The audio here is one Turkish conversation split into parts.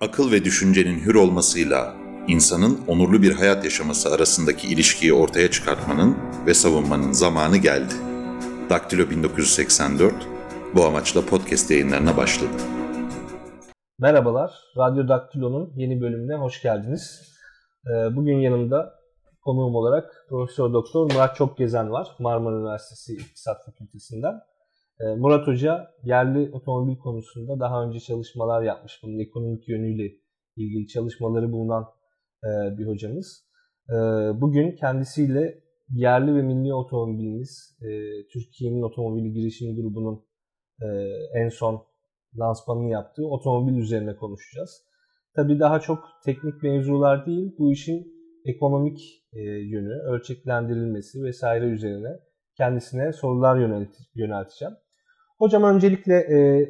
Akıl ve düşüncenin hür olmasıyla insanın onurlu bir hayat yaşaması arasındaki ilişkiyi ortaya çıkartmanın ve savunmanın zamanı geldi. Daktilo 1984 bu amaçla podcast yayınlarına başladı. Merhabalar, Radyo Daktilo'nun yeni bölümüne hoş geldiniz. Bugün yanımda konuğum olarak Profesör Doktor Murat Çokgezen var, Marmara Üniversitesi İktisat Fakültesinden. Murat Hoca yerli otomobil konusunda daha önce çalışmalar yapmış, bunun ekonomik yönüyle ilgili çalışmaları bulunan bir hocamız. Bugün kendisiyle yerli ve milli otomobilimiz, Türkiye'nin otomobili girişim grubunun en son lansmanını yaptığı otomobil üzerine konuşacağız. Tabii daha çok teknik mevzular değil, bu işin ekonomik yönü, ölçeklendirilmesi vesaire üzerine kendisine sorular yönelteceğim. Hocam öncelikle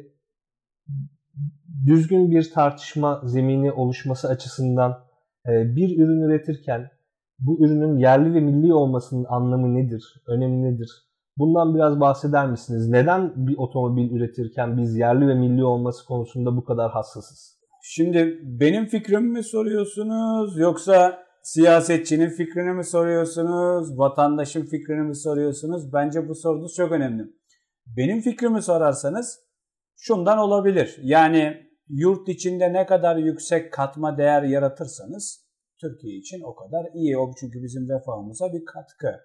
düzgün bir tartışma zemini oluşması açısından bir ürün üretirken bu ürünün yerli ve milli olmasının anlamı nedir, önemi nedir? Bundan biraz bahseder misiniz? Neden bir otomobil üretirken biz yerli ve milli olması konusunda bu kadar hassasız? Şimdi benim fikrimi mi soruyorsunuz yoksa siyasetçinin fikrini mi soruyorsunuz, vatandaşın fikrini mi soruyorsunuz? Bence bu sorunuz çok önemli. Benim fikrimi sorarsanız şundan olabilir. Yani yurt içinde ne kadar yüksek katma değer yaratırsanız Türkiye için o kadar iyi. O çünkü bizim refahımıza bir katkı.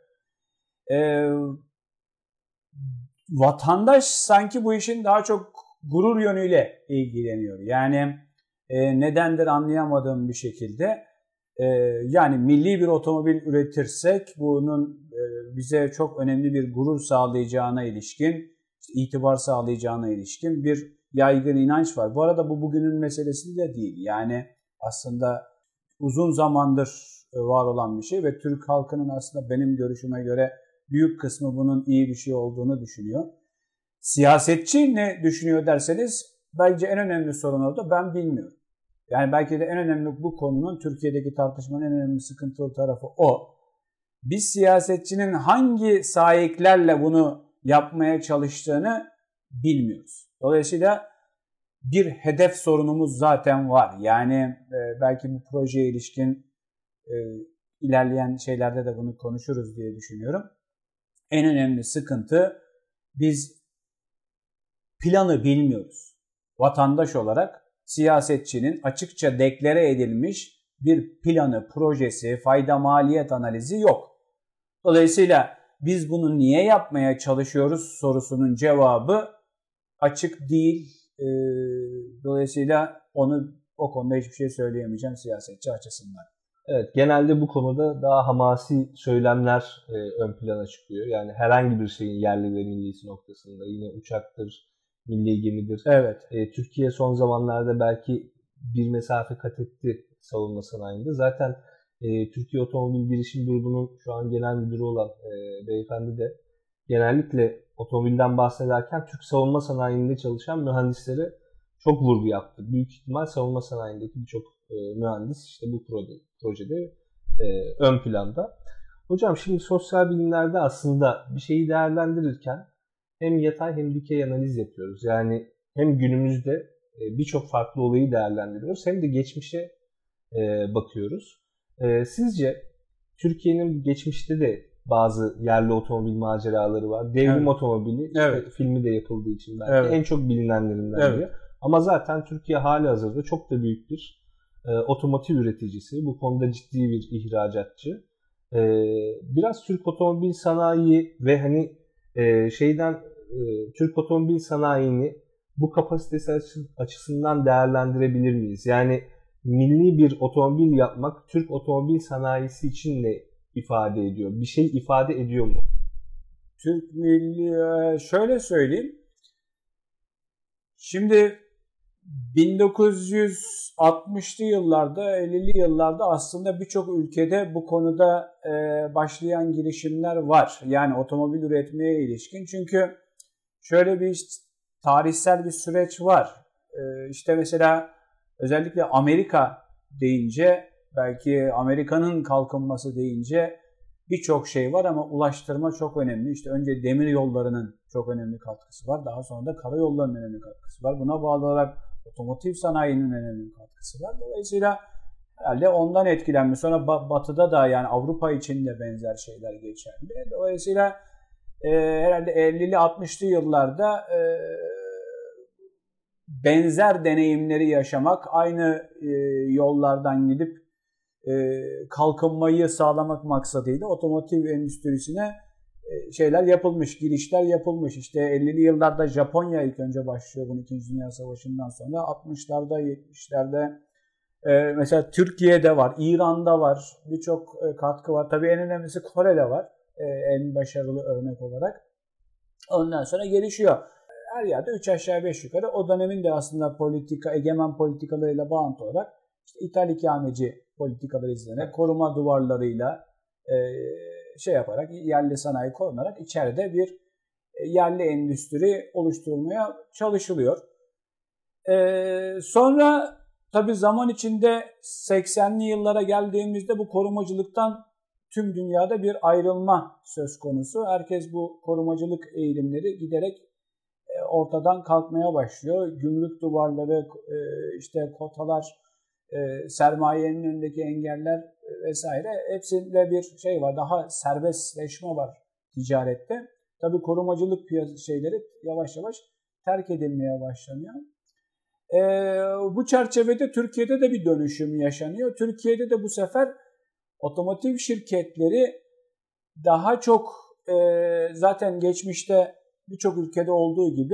Vatandaş sanki bu işin daha çok gurur yönüyle ilgileniyor. Yani nedendir anlayamadığım bir şekilde. Yani milli bir otomobil üretirsek bunun bize çok önemli bir gurur sağlayacağına ilişkin, itibar sağlayacağına ilişkin bir yaygın inanç var. Bu arada bu bugünün meselesi de değil. Yani aslında uzun zamandır var olan bir şey ve Türk halkının aslında benim görüşüme göre büyük kısmı bunun iyi bir şey olduğunu düşünüyor. Siyasetçi ne düşünüyor derseniz bence en önemli sorun orada ben bilmiyorum. Yani belki de en önemli bu konunun Türkiye'deki tartışmanın en önemli sıkıntılı tarafı o. Biz siyasetçinin hangi sahiplerle bunu yapmaya çalıştığını bilmiyoruz. Dolayısıyla bir hedef sorunumuz zaten var. Yani belki bu projeye ilişkin ilerleyen şeylerde de bunu konuşuruz diye düşünüyorum. En önemli sıkıntı biz planı bilmiyoruz. Vatandaş olarak siyasetçinin açıkça deklare edilmiş bir planı, projesi, fayda maliyet analizi yok. Dolayısıyla biz bunu niye yapmaya çalışıyoruz sorusunun cevabı açık değil. Dolayısıyla o konuda hiçbir şey söyleyemeyeceğim siyasetçi açısından. Evet, genelde bu konuda daha hamasi söylemler ön plana çıkıyor. Yani herhangi bir şeyin yerli ve millisi noktasında yine uçaktır, milli gemidir. Evet. Türkiye son zamanlarda belki bir mesafe kat etti savunma sanayinde. Zaten Türkiye Otomobil Girişim Grubu'nun şu an genel müdürü olan beyefendi de genellikle otomobilden bahsederken Türk savunma sanayinde çalışan mühendislere çok vurgu yaptı. Büyük ihtimal savunma sanayindeki birçok mühendis işte bu projede ön planda. Hocam şimdi sosyal bilimlerde aslında bir şeyi değerlendirirken hem yatay hem dikey analiz yapıyoruz. Yani hem günümüzde birçok farklı olayı değerlendiriyoruz hem de geçmişe bakıyoruz. Sizce Türkiye'nin geçmişte de bazı yerli otomobil maceraları var. Devrim Evet. Otomobili Evet. filmi de yapıldığı için belki en çok bilinenlerinden biri. Ama zaten Türkiye halihazırda çok da büyük bir otomotiv üreticisi. Bu konuda ciddi bir ihracatçı. Biraz Türk otomobil sanayi ve hani Türk otomobil sanayini bu kapasitesi açısından değerlendirebilir miyiz? Yani milli bir otomobil yapmak Türk otomobil sanayisi için ne ifade ediyor? Bir şey ifade ediyor mu? Türk milli şöyle söyleyeyim. Şimdi 1960'lı yıllarda, 50'li yıllarda aslında birçok ülkede bu konuda başlayan girişimler var. Yani otomobil üretmeye ilişkin. Çünkü şöyle bir tarihsel bir süreç var. İşte mesela özellikle Amerika deyince, belki Amerika'nın kalkınması deyince birçok şey var ama ulaştırma çok önemli. İşte önce demir yollarının çok önemli katkısı var. Daha sonra da karayollarının önemli katkısı var. Buna bağlı olarak otomotiv sanayinin önemli bir katkısı var. Dolayısıyla herhalde ondan etkilenmiş. Sonra Batı'da da yani Avrupa için de benzer şeyler geçerli. Dolayısıyla herhalde 50'li 60'lı yıllarda benzer deneyimleri yaşamak, aynı yollardan gidip kalkınmayı sağlamak maksadıyla otomotiv endüstrisine şeyler yapılmış, girişler yapılmış. İşte 50'li yıllarda Japonya ilk önce başlıyor bunun 2. Dünya Savaşı'ndan sonra. 60'larda, 70'lerde mesela Türkiye'de var, İran'da var, birçok katkı var. Tabii en önemlisi Kore'de var, en başarılı örnek olarak. Ondan sonra gelişiyor. Her yerde 3 aşağı 5 yukarı. O dönemin de aslında egemen politikalarıyla bağlantı olarak işte ithal ikameci politikaları izlenerek, koruma duvarlarıyla şey yaparak, yerli sanayi korunarak içeride bir yerli endüstri oluşturulmaya çalışılıyor. Sonra tabii zaman içinde 80'li yıllara geldiğimizde bu korumacılıktan tüm dünyada bir ayrılma söz konusu. Herkes bu korumacılık eğilimleri giderek ortadan kalkmaya başlıyor. Gümrük duvarları, işte kotalar, sermayenin önündeki engeller vesaire, hepsinde bir şey var. Daha serbestleşme var ticarette. Tabii korumacılık şeyleri yavaş yavaş terk edilmeye başlanıyor. Bu çerçevede Türkiye'de de bir dönüşüm yaşanıyor. Türkiye'de de bu sefer otomotiv şirketleri daha çok zaten geçmişte birçok ülkede olduğu gibi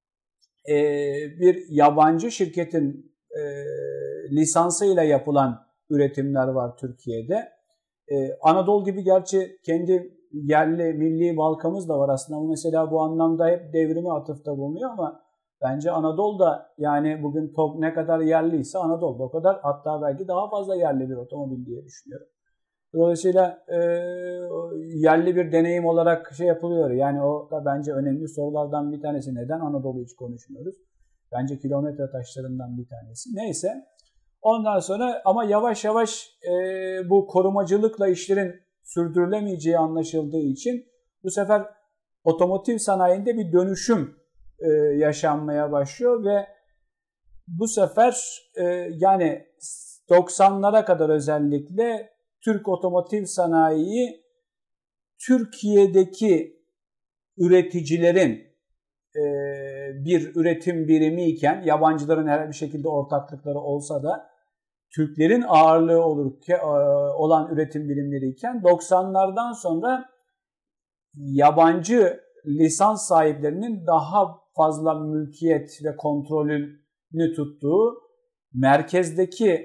bir yabancı şirketin lisansıyla yapılan üretimler var Türkiye'de. Anadolu gibi gerçi kendi yerli, milli markamız da var aslında. Ama mesela bu anlamda hep devrime atıfta bulunuyor ama bence Anadolu'da yani bugün TOG ne kadar yerliyse Anadolu'da o kadar, hatta belki daha fazla yerli bir otomobil diye düşünüyorum. Dolayısıyla yerli bir deneyim olarak şey yapılıyor. Yani o da bence önemli sorulardan bir tanesi. Neden Anadolu'yu hiç konuşmuyoruz? Bence kilometre taşlarından bir tanesi. Neyse. Ondan sonra ama yavaş yavaş bu korumacılıkla işlerin sürdürülemeyeceği anlaşıldığı için bu sefer otomotiv sanayinde bir dönüşüm yaşanmaya başlıyor ve bu sefer yani 90'lara kadar özellikle Türk otomotiv sanayiyi Türkiye'deki üreticilerin bir üretim birimi iken, yabancıların herhangi bir şekilde ortaklıkları olsa da Türklerin ağırlığı olan üretim birimleri iken 90'lardan sonra yabancı lisans sahiplerinin daha fazla mülkiyet ve kontrolünü tuttuğu merkezdeki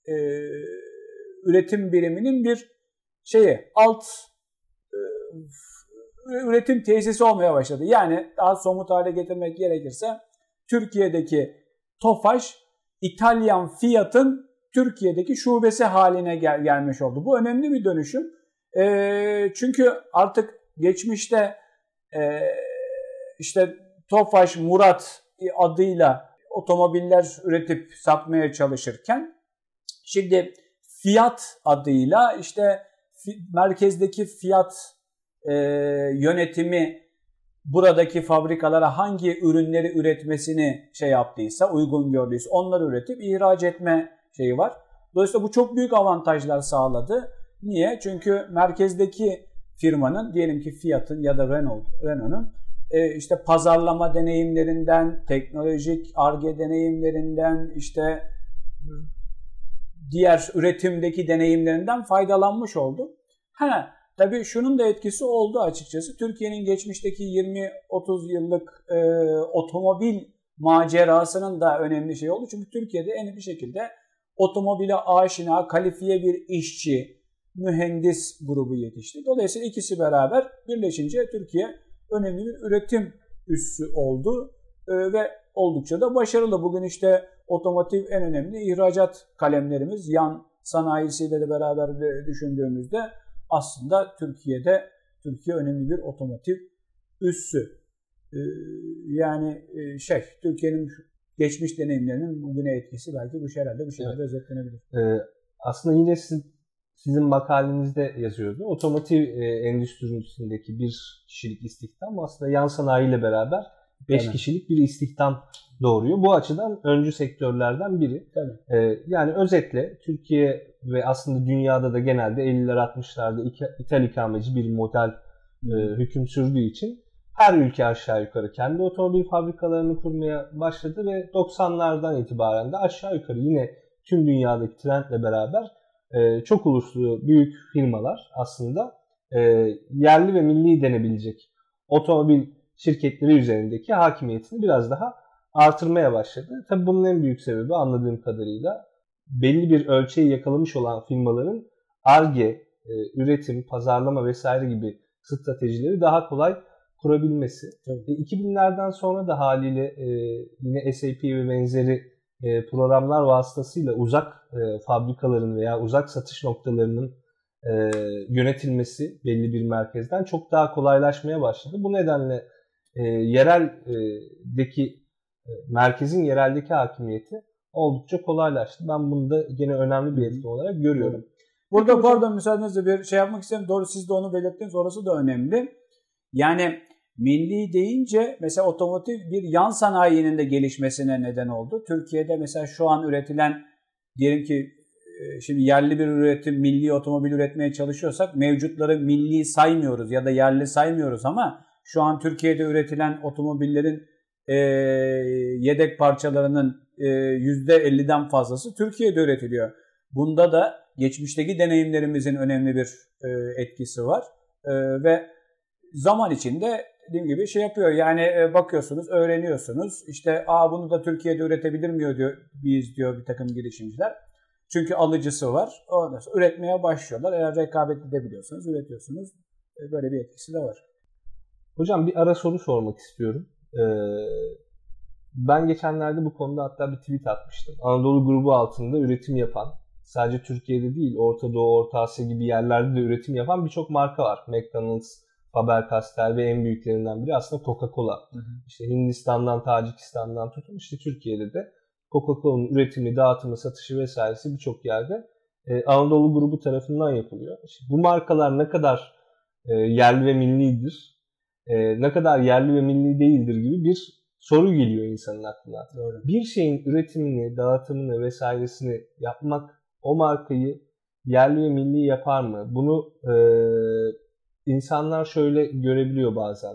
üretim biriminin bir alt üretim tesisi olmaya başladı. Yani daha somut hale getirmek gerekirse Türkiye'deki Tofaş, İtalyan Fiat'ın Türkiye'deki şubesi haline gelmiş oldu. Bu önemli bir dönüşüm. Çünkü artık geçmişte işte Tofaş, Murat adıyla otomobiller üretip satmaya çalışırken şimdi Fiat adıyla işte merkezdeki Fiat yönetimi buradaki fabrikalara hangi ürünleri üretmesini yaptıysa, uygun gördüyse onları üretip ihraç etme şeyi var. Dolayısıyla bu çok büyük avantajlar sağladı. Niye? Çünkü merkezdeki firmanın, diyelim ki Fiat'ın ya da Renault'un işte pazarlama deneyimlerinden, teknolojik Ar-Ge deneyimlerinden, işte diğer üretimdeki deneyimlerinden faydalanmış oldu. Tabii şunun da etkisi oldu açıkçası. Türkiye'nin geçmişteki 20-30 yıllık otomobil macerasının da önemli şey oldu. Çünkü Türkiye'de en bir şekilde otomobile aşina, kalifiye bir işçi, mühendis grubu yetişti. Dolayısıyla ikisi beraber birleşince Türkiye önemli bir üretim üssü oldu ve oldukça da başarılı. Bugün işte otomotiv en önemli ihracat kalemlerimiz. Yan sanayisiyle de beraber düşündüğümüzde aslında Türkiye önemli bir otomotiv üssü. Yani Türkiye'nin geçmiş deneyimlerinin bugüne etkisi belki bu şekilde özetlenebilir. Aslında yine sizin makalenizde yazıyordu. Otomotiv endüstrisindeki bir kişilik istihdam aslında yan sanayiyle beraber 5 kişilik bir istihdam doğuruyor. Bu açıdan öncü sektörlerden biri. Yani özetle Türkiye ve aslında dünyada da genelde 50'ler 60'larda ithal ikameci bir model hüküm sürdüğü için her ülke aşağı yukarı kendi otomobil fabrikalarını kurmaya başladı ve 90'lardan itibaren de aşağı yukarı yine tüm dünyadaki trendle beraber çok uluslu büyük firmalar aslında yerli ve milli denebilecek otomobil şirketleri üzerindeki hakimiyetini biraz daha artırmaya başladı. Tabii bunun en büyük sebebi anladığım kadarıyla belli bir ölçeği yakalamış olan firmaların Ar-Ge, üretim, pazarlama vesaire gibi stratejileri daha kolay kurabilmesi. 2000'lerden sonra da haliyle yine SAP ve benzeri programlar vasıtasıyla uzak fabrikaların veya uzak satış noktalarının yönetilmesi belli bir merkezden çok daha kolaylaşmaya başladı. Bu nedenle merkezin yereldeki hakimiyeti oldukça kolaylaştı. Ben bunu da gene önemli bir etki olarak görüyorum. Burada pardon müsaadenizle bir şey yapmak istedim. Doğru, siz de onu belirttiniz. Orası da önemli. Yani milli deyince mesela otomotiv bir yan sanayinin de gelişmesine neden oldu. Türkiye'de mesela şu an üretilen, diyelim ki şimdi yerli bir üretim, milli otomobil üretmeye çalışıyorsak mevcutları milli saymıyoruz ya da yerli saymıyoruz ama şu an Türkiye'de üretilen otomobillerin yedek parçalarının %50'den fazlası Türkiye'de üretiliyor. Bunda da geçmişteki deneyimlerimizin önemli bir etkisi var ve zaman içinde dediğim gibi şey yapıyor. Yani bakıyorsunuz, öğreniyorsunuz. İşte bunu da Türkiye'de üretebilir miyiz diyor bir takım girişimciler. Çünkü alıcısı var. Ondan sonra üretmeye başlıyorlar. Eğer rekabet edebiliyorsanız üretiyorsunuz. Böyle bir etkisi de var. Hocam bir ara soru sormak istiyorum. Ben geçenlerde bu konuda hatta bir tweet atmıştım. Anadolu grubu altında üretim yapan, sadece Türkiye'de değil, Orta Doğu, Orta Asya gibi yerlerde de üretim yapan birçok marka var. McDonald's, Faber-Castell ve en büyüklerinden biri aslında Coca-Cola. İşte Hindistan'dan, Tacikistan'dan tutun işte Türkiye'de de Coca-Cola'nın üretimi, dağıtımı, satışı vesairesi birçok yerde Anadolu grubu tarafından yapılıyor. İşte bu markalar ne kadar yerli ve millidir, ne kadar yerli ve milli değildir gibi bir soru geliyor insanın aklına. Doğru. Bir şeyin üretimini, dağıtımını vesairesini yapmak o markayı yerli ve milli yapar mı? Bunu insanlar şöyle görebiliyor bazen.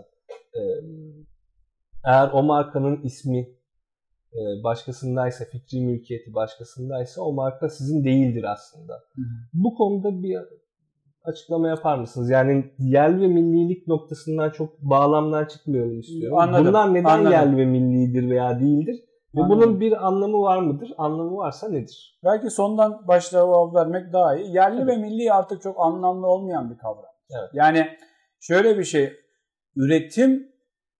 Eğer o markanın ismi başkasındaysa, fikri mülkiyeti başkasındaysa o marka sizin değildir aslında. Bu konuda bir açıklama yapar mısınız? Yani yerli ve millilik noktasından çok bağlamdan çıkmayalım istiyorum. Anladım. Bunlar neden Anladım. yerli ve millidir veya değildir? Ve Anladım. bunun bir anlamı var mıdır? Anlamı varsa nedir? Belki sondan başta cevap vermek daha iyi. Yerli ve milli artık çok anlamlı olmayan bir kavram. Evet. Yani şöyle bir şey, üretim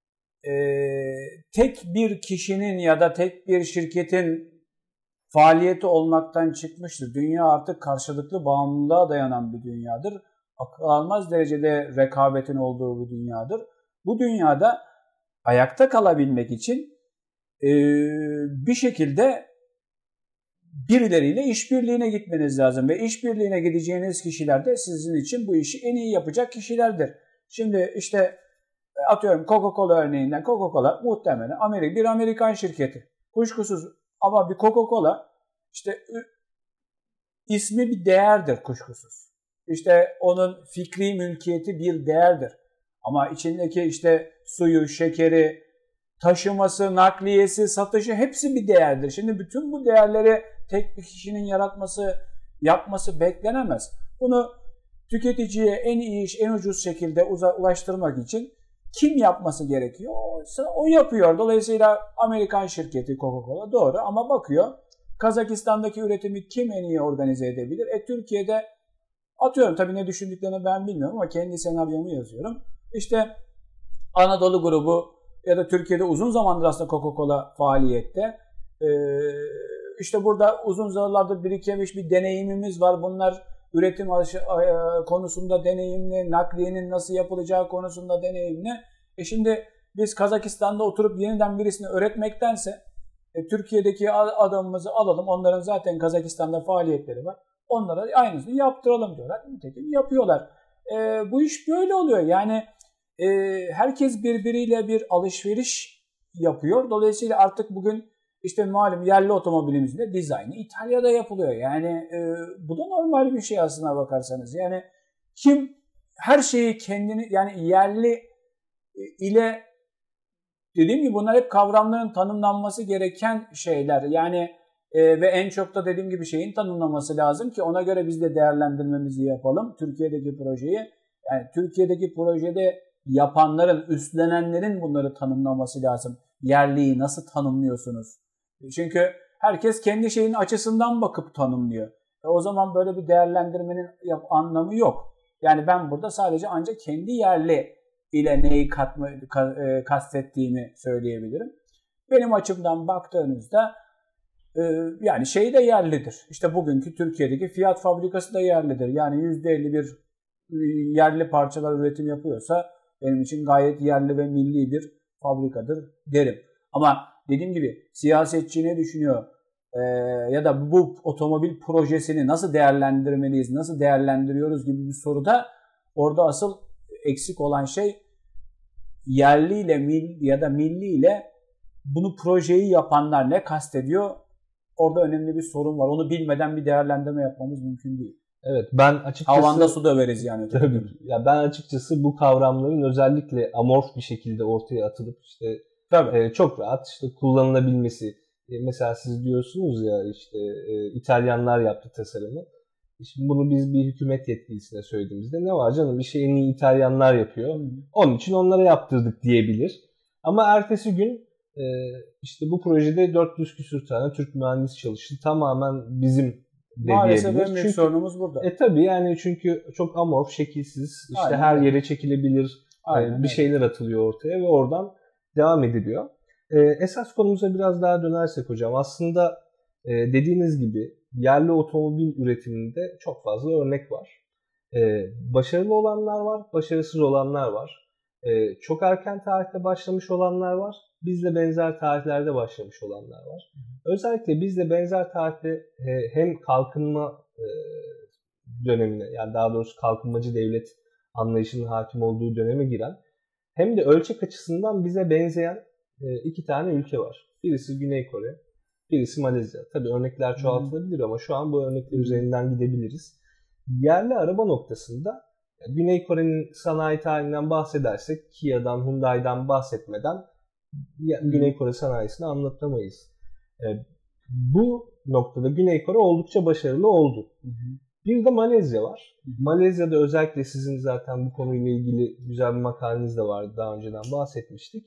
tek bir kişinin ya da tek bir şirketin faaliyeti olmaktan çıkmıştır. Dünya artık karşılıklı bağımlılığa dayanan bir dünyadır. Akıl almaz derecede rekabetin olduğu bir dünyadır. Bu dünyada ayakta kalabilmek için bir şekilde birileriyle işbirliğine gitmeniz lazım ve işbirliğine gideceğiniz kişiler de sizin için bu işi en iyi yapacak kişilerdir. Şimdi işte atıyorum Coca-Cola örneğinden, Coca-Cola muhtemelen bir Amerikan şirketi. Kuşkusuz, ama bir Coca-Cola işte ismi bir değerdir kuşkusuz. İşte onun fikri mülkiyeti bir değerdir. Ama içindeki işte suyu, şekeri, taşıması, nakliyesi, satışı hepsi bir değerdir. Şimdi bütün bu değerleri tek bir kişinin yapması beklenemez. Bunu tüketiciye en iyi, en ucuz şekilde ulaştırmak için kim yapması gerekiyor? O yapıyor. Dolayısıyla Amerikan şirketi Coca-Cola doğru, ama bakıyor Kazakistan'daki üretimi kim en iyi organize edebilir? Türkiye'de atıyorum, tabii ne düşündüklerini ben bilmiyorum ama kendi senaryomu yazıyorum. İşte Anadolu grubu ya da Türkiye'de uzun zamandır aslında Coca-Cola faaliyette. İşte burada uzun zamanlardır birikmiş bir deneyimimiz var. Bunlar üretim konusunda deneyimli, nakliyenin nasıl yapılacağı konusunda deneyimli. Şimdi biz Kazakistan'da oturup yeniden birisini öğretmektense Türkiye'deki adamımızı alalım. Onların zaten Kazakistan'da faaliyetleri var. Onlara aynısını yaptıralım diyorlar. Nitekim yapıyorlar. Bu iş böyle oluyor. Yani herkes birbiriyle bir alışveriş yapıyor. Dolayısıyla artık bugün işte malum yerli otomobilimizin de dizaynı İtalya'da yapılıyor. Yani bu da normal bir şey aslına bakarsanız. Yani kim her şeyi kendini, yani yerli ile, dediğim gibi bunlar hep kavramların tanımlanması gereken şeyler. Yani ve en çok da dediğim gibi şeyin tanımlaması lazım ki ona göre biz de değerlendirmemizi yapalım. Türkiye'deki projeyi, yani Türkiye'deki projede yapanların, üstlenenlerin bunları tanımlaması lazım. Yerliyi nasıl tanımlıyorsunuz? Çünkü herkes kendi şeyin açısından bakıp tanımlıyor. O zaman böyle bir değerlendirmenin anlamı yok. Yani ben burada sadece ancak kendi yerli ile neyi kastettiğimi söyleyebilirim. Benim açımdan baktığınızda yani şey de yerlidir. İşte bugünkü Türkiye'deki Fiat fabrikası da yerlidir. Yani %50 bir yerli parçalar üretim yapıyorsa benim için gayet yerli ve milli bir fabrikadır derim. Ama dediğim gibi siyasetçi ne düşünüyor ya da bu otomobil projesini nasıl değerlendirmeliyiz, nasıl değerlendiriyoruz gibi bir soruda orada asıl eksik olan şey yerliyle ya da milliyle bunu projeyi yapanlar ne kastediyor? Orada önemli bir sorun var. Onu bilmeden bir değerlendirme yapmamız mümkün değil. Evet, ben açıkçası havanda su döveriz yani. Tabii. Ya ben açıkçası bu kavramların özellikle amorf bir şekilde ortaya atılıp işte çok rahat işte kullanılabilmesi. Mesela siz diyorsunuz ya işte İtalyanlar yaptı tasarımı. Şimdi bunu biz bir hükümet yetkilisine söylediğimizde ne var canım, bir şey en iyi İtalyanlar yapıyor. Onun için onlara yaptırdık diyebilir. Ama ertesi gün işte bu projede 400 küsür tane Türk mühendis çalıştı. Tamamen bizim de maalesef diyebilir. en büyük sorunumuz burada. Tabii yani çünkü çok amorf, şekilsiz, işte aynen her öyle. yere çekilebilir Aynen bir şeyler atılıyor ortaya ve oradan devam ediliyor. Esas konumuza biraz daha dönersek hocam, aslında dediğiniz gibi yerli otomobil üretiminde çok fazla örnek var. Başarılı olanlar var, başarısız olanlar var. Çok erken tarihte başlamış olanlar var, bizle benzer tarihlerde başlamış olanlar var. Özellikle bizle benzer tarihte hem kalkınma dönemine, yani daha doğrusu kalkınmacı devlet anlayışının hakim olduğu döneme giren, hem de ölçek açısından bize benzeyen iki tane ülke var. Birisi Güney Kore, birisi Malezya. Tabii örnekler çoğaltılabilir ama şu an bu örnekler üzerinden gidebiliriz. Yerli araba noktasında Güney Kore'nin sanayi tarihinden bahsedersek Kia'dan, Hyundai'dan bahsetmeden Güney Kore sanayisini anlatamayız. Bu noktada Güney Kore oldukça başarılı oldu. Bir de Malezya var. Malezya'da özellikle sizin zaten bu konuyla ilgili güzel bir makaleniz de vardı. Daha önceden bahsetmiştik.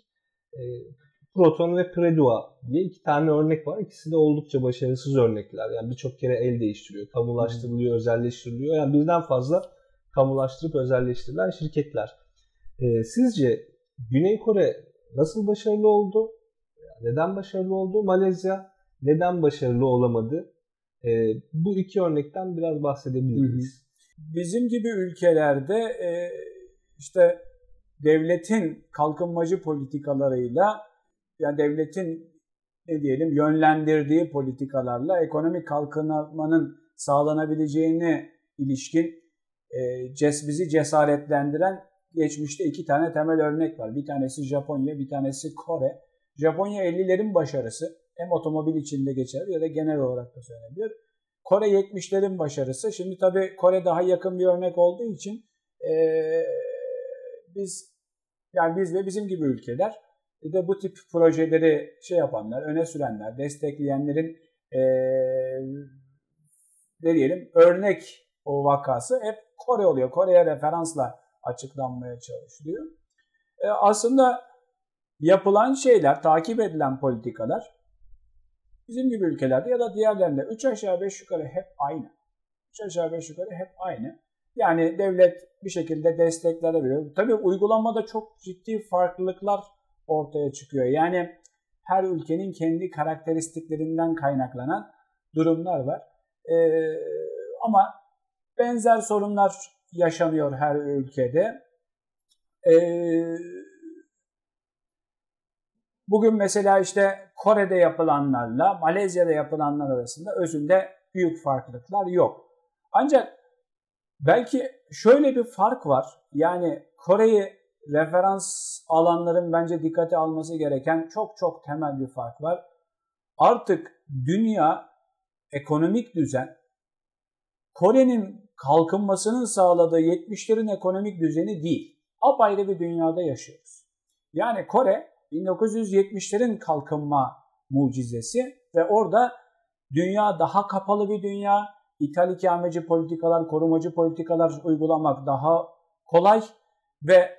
Proton ve Predua diye iki tane örnek var. İkisi de oldukça başarısız örnekler. Yani birçok kere el değiştiriyor. Kamulaştırılıyor, özelleştiriliyor. Yani birden fazla kamulaştırıp özelleştirilen şirketler. Sizce Güney Kore nasıl başarılı oldu? Neden başarılı oldu? Malezya neden başarılı olamadı? Bu iki örnekten biraz bahsedebilir miyiz? Bizim gibi ülkelerde işte devletin kalkınmacı politikalarıyla, yani devletin ne diyelim yönlendirdiği politikalarla ekonomik kalkınmanın sağlanabileceğine ilişkin bizi cesaretlendiren geçmişte iki tane temel örnek var. Bir tanesi Japonya, bir tanesi Kore. Japonya 50'lerin başarısı. Hem otomobil içinde geçer ya da genel olarak da söylenebilir. Kore 70'lerin başarısı. Şimdi tabii Kore daha yakın bir örnek olduğu için biz ve bizim gibi ülkeler de bu tip projeleri yapanlar, öne sürenler, destekleyenlerin ne diyelim örnek o vakası hep Kore oluyor. Kore'ye referansla açıklanmaya çalışılıyor. Aslında yapılan şeyler, takip edilen politikalar bizim gibi ülkelerde ya da diğerlerinde 3 aşağı 5 yukarı hep aynı. 3 aşağı 5 yukarı hep aynı. Yani devlet bir şekilde destekler veriyor. Tabii uygulamada çok ciddi farklılıklar ortaya çıkıyor. Yani her ülkenin kendi karakteristiklerinden kaynaklanan durumlar var. Ama benzer sorunlar yaşanıyor her ülkede. Bugün mesela işte Kore'de yapılanlarla Malezya'da yapılanlar arasında özünde büyük farklılıklar yok. Ancak belki şöyle bir fark var. Yani Kore'yi referans alanların bence dikkate alması gereken çok çok temel bir fark var. Artık dünya ekonomik düzen Kore'nin kalkınmasının sağladığı 70'lerin ekonomik düzeni değil. Apayrı bir dünyada yaşıyoruz. Yani Kore 1970'lerin kalkınma mucizesi ve orada dünya daha kapalı bir dünya, ithal ikameci politikalar, korumacı politikalar uygulamak daha kolay ve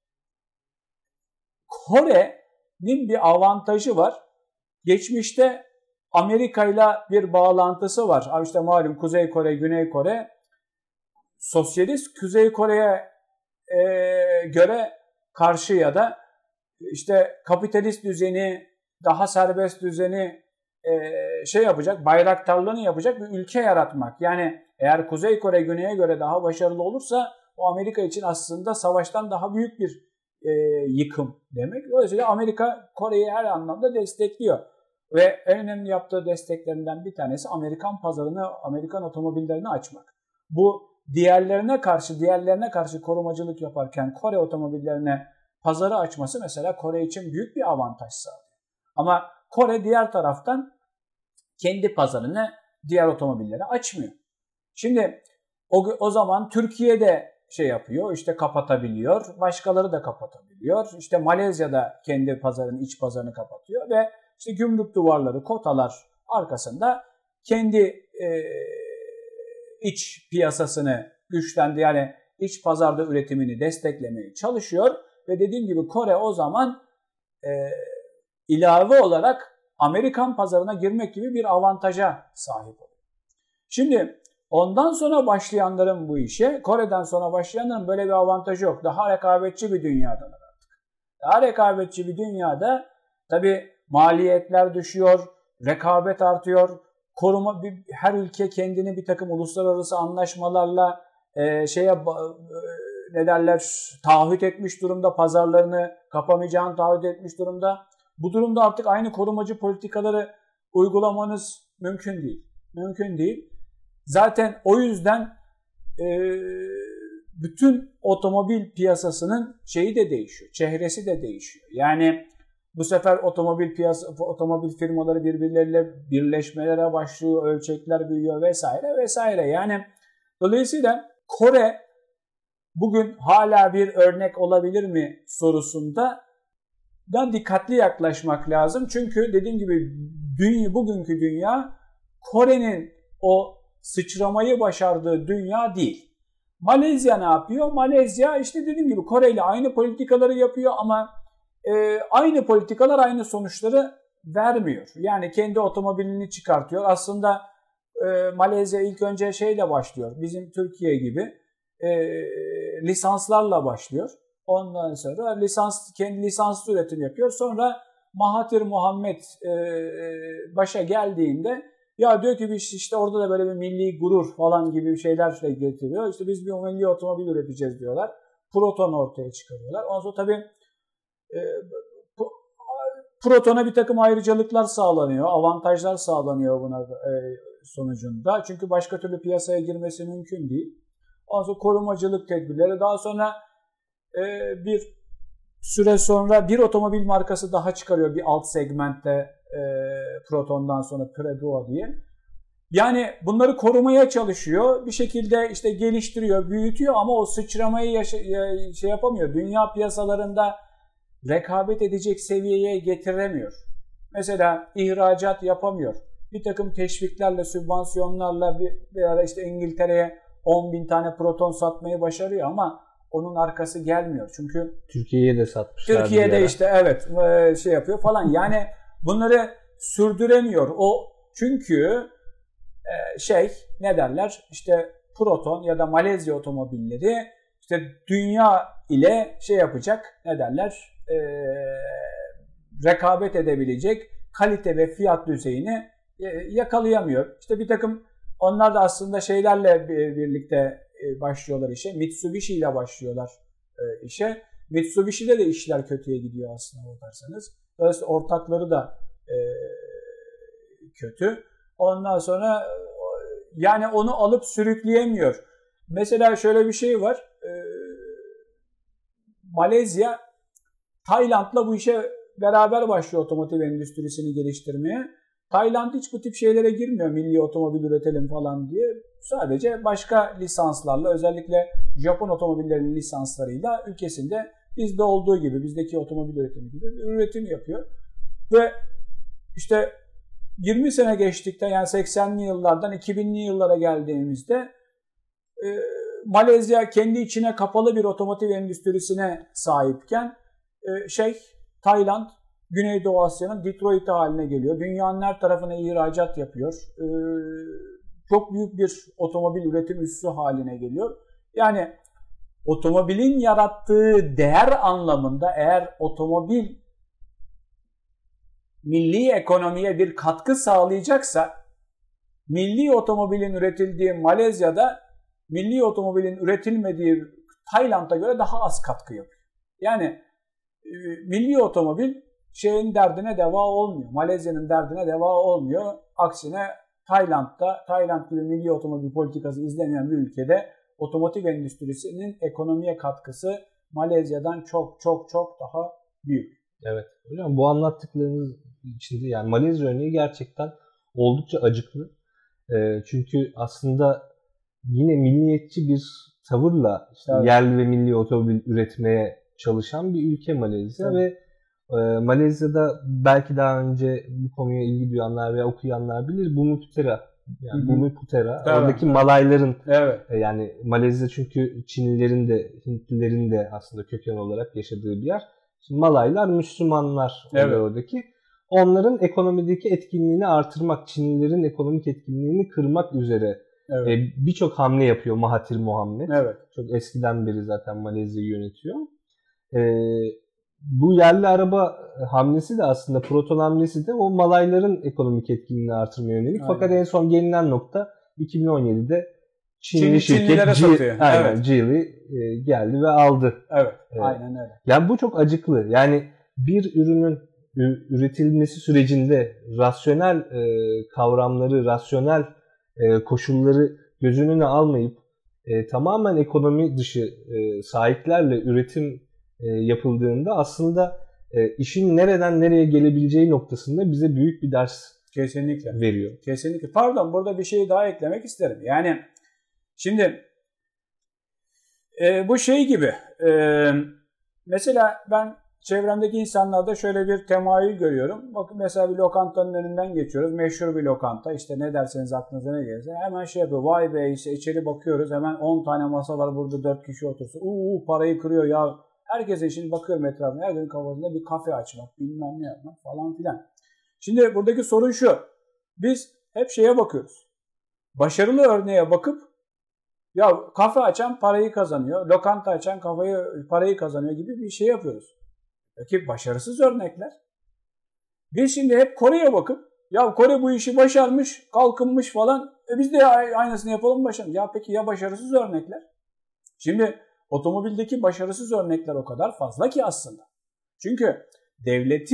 Kore'nin bir avantajı var. Geçmişte Amerika ile bir bağlantısı var. İşte malum Kuzey Kore, Güney Kore. Sosyalist Kuzey Kore'ye göre karşı ya da işte kapitalist düzeni, daha serbest düzeni yapacak, bayraktarlığını yapacak bir ülke yaratmak. Yani eğer Kuzey Kore Güney'e göre daha başarılı olursa o Amerika için aslında savaştan daha büyük bir yıkım demek. Dolayısıyla Amerika Kore'yi her anlamda destekliyor. Ve en önemli yaptığı desteklerinden bir tanesi Amerikan pazarını, Amerikan otomobillerini açmak. Bu diğerlerine karşı korumacılık yaparken Kore otomobillerine pazarı açması mesela Kore için büyük bir avantaj sağlıyor. Ama Kore diğer taraftan kendi pazarını diğer otomobillere açmıyor. Şimdi o zaman Türkiye'de yapıyor, işte kapatabiliyor, başkaları da kapatabiliyor. İşte Malezya'da kendi pazarını, iç pazarını kapatıyor ve işte gümrük duvarları, kotalar arkasında kendi iç piyasasını güçlendi. Yani iç pazarda üretimini desteklemeye çalışıyor ve dediğim gibi Kore o zaman ilave olarak Amerikan pazarına girmek gibi bir avantaja sahip oluyor. Şimdi ondan sonra başlayanların bu işe, Kore'den sonra başlayanların böyle bir avantajı yok. Daha rekabetçi bir dünyadan artık. Daha rekabetçi bir dünyada tabii maliyetler düşüyor, rekabet artıyor. Her ülke kendini bir takım uluslararası anlaşmalarla taahhüt etmiş durumda, pazarlarını kapamayacağını taahhüt etmiş durumda. Bu durumda artık aynı korumacı politikaları uygulamanız mümkün değil. Mümkün değil. Zaten o yüzden bütün otomobil piyasasının şeyi de değişiyor, çehresi de değişiyor. Yani bu sefer otomobil firmaları birbirleriyle birleşmelere başlıyor, ölçekler büyüyor vesaire vesaire. Yani dolayısıyla Kore bugün hala bir örnek olabilir mi sorusunda da dikkatli yaklaşmak lazım. Çünkü dediğim gibi bugünkü dünya Kore'nin o sıçramayı başardığı dünya değil. Malezya ne yapıyor? Malezya işte dediğim gibi Kore ile aynı politikaları yapıyor ama aynı politikalar aynı sonuçları vermiyor. Yani kendi otomobilini çıkartıyor. Aslında Malezya ilk önce şeyle başlıyor. Bizim Türkiye gibi lisanslarla başlıyor. Ondan sonra kendi lisanslı üretim yapıyor. Sonra Mahathir Muhammed başa geldiğinde ya diyor ki biz işte orada da böyle bir milli gurur falan gibi şeyler getiriyor. İşte biz bir milli otomobil üreteceğiz diyorlar. Proton ortaya çıkarıyorlar. Ondan sonra tabii Proton'a bir takım ayrıcalıklar sağlanıyor, avantajlar sağlanıyor buna sonucunda. Çünkü başka türlü piyasaya girmesi mümkün değil. Ondan sonra korumacılık tedbirleri. Daha sonra bir süre sonra bir otomobil markası daha çıkarıyor bir alt segmentte Proton'dan sonra Predoa diye. Yani bunları korumaya çalışıyor. Bir şekilde işte geliştiriyor, büyütüyor ama o sıçramayı yapamıyor. Dünya piyasalarında rekabet edecek seviyeye getiremiyor. Mesela ihracat yapamıyor. Bir takım teşviklerle, sübvansiyonlarla bir ara işte İngiltere'ye 10.000 tane Proton satmayı başarıyor ama onun arkası gelmiyor. Çünkü Türkiye'ye de satmışlar. Türkiye'de işte evet yapıyor falan. Yani bunları sürdüremiyor. Çünkü ne derler? İşte Proton ya da Malezya otomobilleri işte dünya ile yapacak, ne derler? Rekabet edebilecek kalite ve fiyat düzeyini yakalayamıyor. İşte bir takım onlar da aslında şeylerle birlikte başlıyorlar işe. Mitsubishi ile başlıyorlar işe. Mitsubishi'de de işler kötüye gidiyor aslında bakarsanız. Dolayısıyla ortakları da kötü. Ondan sonra yani onu alıp sürükleyemiyor. Mesela şöyle bir şey var. Malezya, Tayland'la bu işe beraber başlıyor otomotiv endüstrisini geliştirmeye. Tayland hiç bu tip şeylere girmiyor, milli otomobil üretelim falan diye. Sadece başka lisanslarla, özellikle Japon otomobillerinin lisanslarıyla ülkesinde bizde olduğu gibi, bizdeki otomobil üretimi gibi bir üretim yapıyor. Ve işte 20 sene geçtikten, yani 80'li yıllardan 2000'li yıllara geldiğimizde Malezya kendi içine kapalı bir otomotiv endüstrisine sahipken Tayland, Güneydoğu Asya'nın Detroit'i haline geliyor. Dünyanın her tarafına ihracat yapıyor. Çok büyük bir otomobil üretim üssü haline geliyor. Yani otomobilin yarattığı değer anlamında eğer otomobil milli ekonomiye bir katkı sağlayacaksa, milli otomobilin üretildiği Malezya'da milli otomobilin üretilmediği Tayland'a göre daha az katkı yapıyor. Yani milli otomobil derdine deva olmuyor. Malezya'nın derdine deva olmuyor. Aksine Tayland gibi milli otomobil politikası izlemeyen bir ülkede otomotiv endüstrisinin ekonomiye katkısı Malezya'dan çok çok çok daha büyük. Evet. Hocam bu anlattıklarınız içinde yani Malezya örneği gerçekten oldukça acıklı. Çünkü aslında yine milliyetçi bir tavırla Evet. yerli ve milli otomobil üretmeye çalışan bir ülke Malezya. Evet. Ve Malezya'da belki daha önce bu konuya ilgi duyanlar veya okuyanlar bilir, Bumiputera. Yani Bumiputera. Evet. Oradaki Malayların, evet. Yani Malezya çünkü Çinlilerin de Hintlilerin de aslında köken olarak yaşadığı bir yer. Şimdi Malaylar Müslümanlar, evet. Oradaki. Onların ekonomideki etkinliğini artırmak, Çinlilerin ekonomik etkinliğini kırmak üzere, evet. Birçok hamle yapıyor Mahathir Mohammed. Evet. Çok eskiden beri zaten Malezya'yı yönetiyor. Bu yerli araba hamlesi de aslında, Proton hamlesi de o Malayların ekonomik etkinliğini artırmaya yönelik. Aynen. Fakat en son gelinen nokta 2017'de Çinli şirket Geely geldi ve aldı. Evet, aynen öyle. Yani bu çok acıklı. Yani bir ürünün üretilmesi sürecinde rasyonel kavramları, rasyonel koşulları göz önüne almayıp tamamen ekonomi dışı sahiplerle üretim yapıldığında aslında işin nereden nereye gelebileceği noktasında bize büyük bir ders kesinlikle veriyor. Kesinlikle. Pardon, burada bir şey daha eklemek isterim. Yani şimdi bu gibi mesela ben çevremdeki insanlarda şöyle bir temayül görüyorum. Bakın mesela bir lokantanın önünden geçiyoruz. Meşhur bir lokanta. İşte ne derseniz aklınıza ne gelirse. Hemen yapıyor. Vay be, işte içeri bakıyoruz. Hemen 10 tane masa var, burada 4 kişi otursun. Parayı kırıyor ya. Herkesin şimdi bakıyorum etrafına. Her gün kafasında bir kafe açmak, bilmem ne yapmak falan filan. Şimdi buradaki sorun şu. Biz hep bakıyoruz. Başarılı örneğe bakıp ya kafe açan parayı kazanıyor, lokanta açan parayı kazanıyor gibi bir şey yapıyoruz. Peki başarısız örnekler? Biz şimdi hep Kore'ye bakıp ya Kore bu işi başarmış, kalkınmış falan. Biz de aynısını yapalım başaralım. Ya peki ya başarısız örnekler? Şimdi otomobildeki başarısız örnekler o kadar fazla ki aslında. Çünkü devlet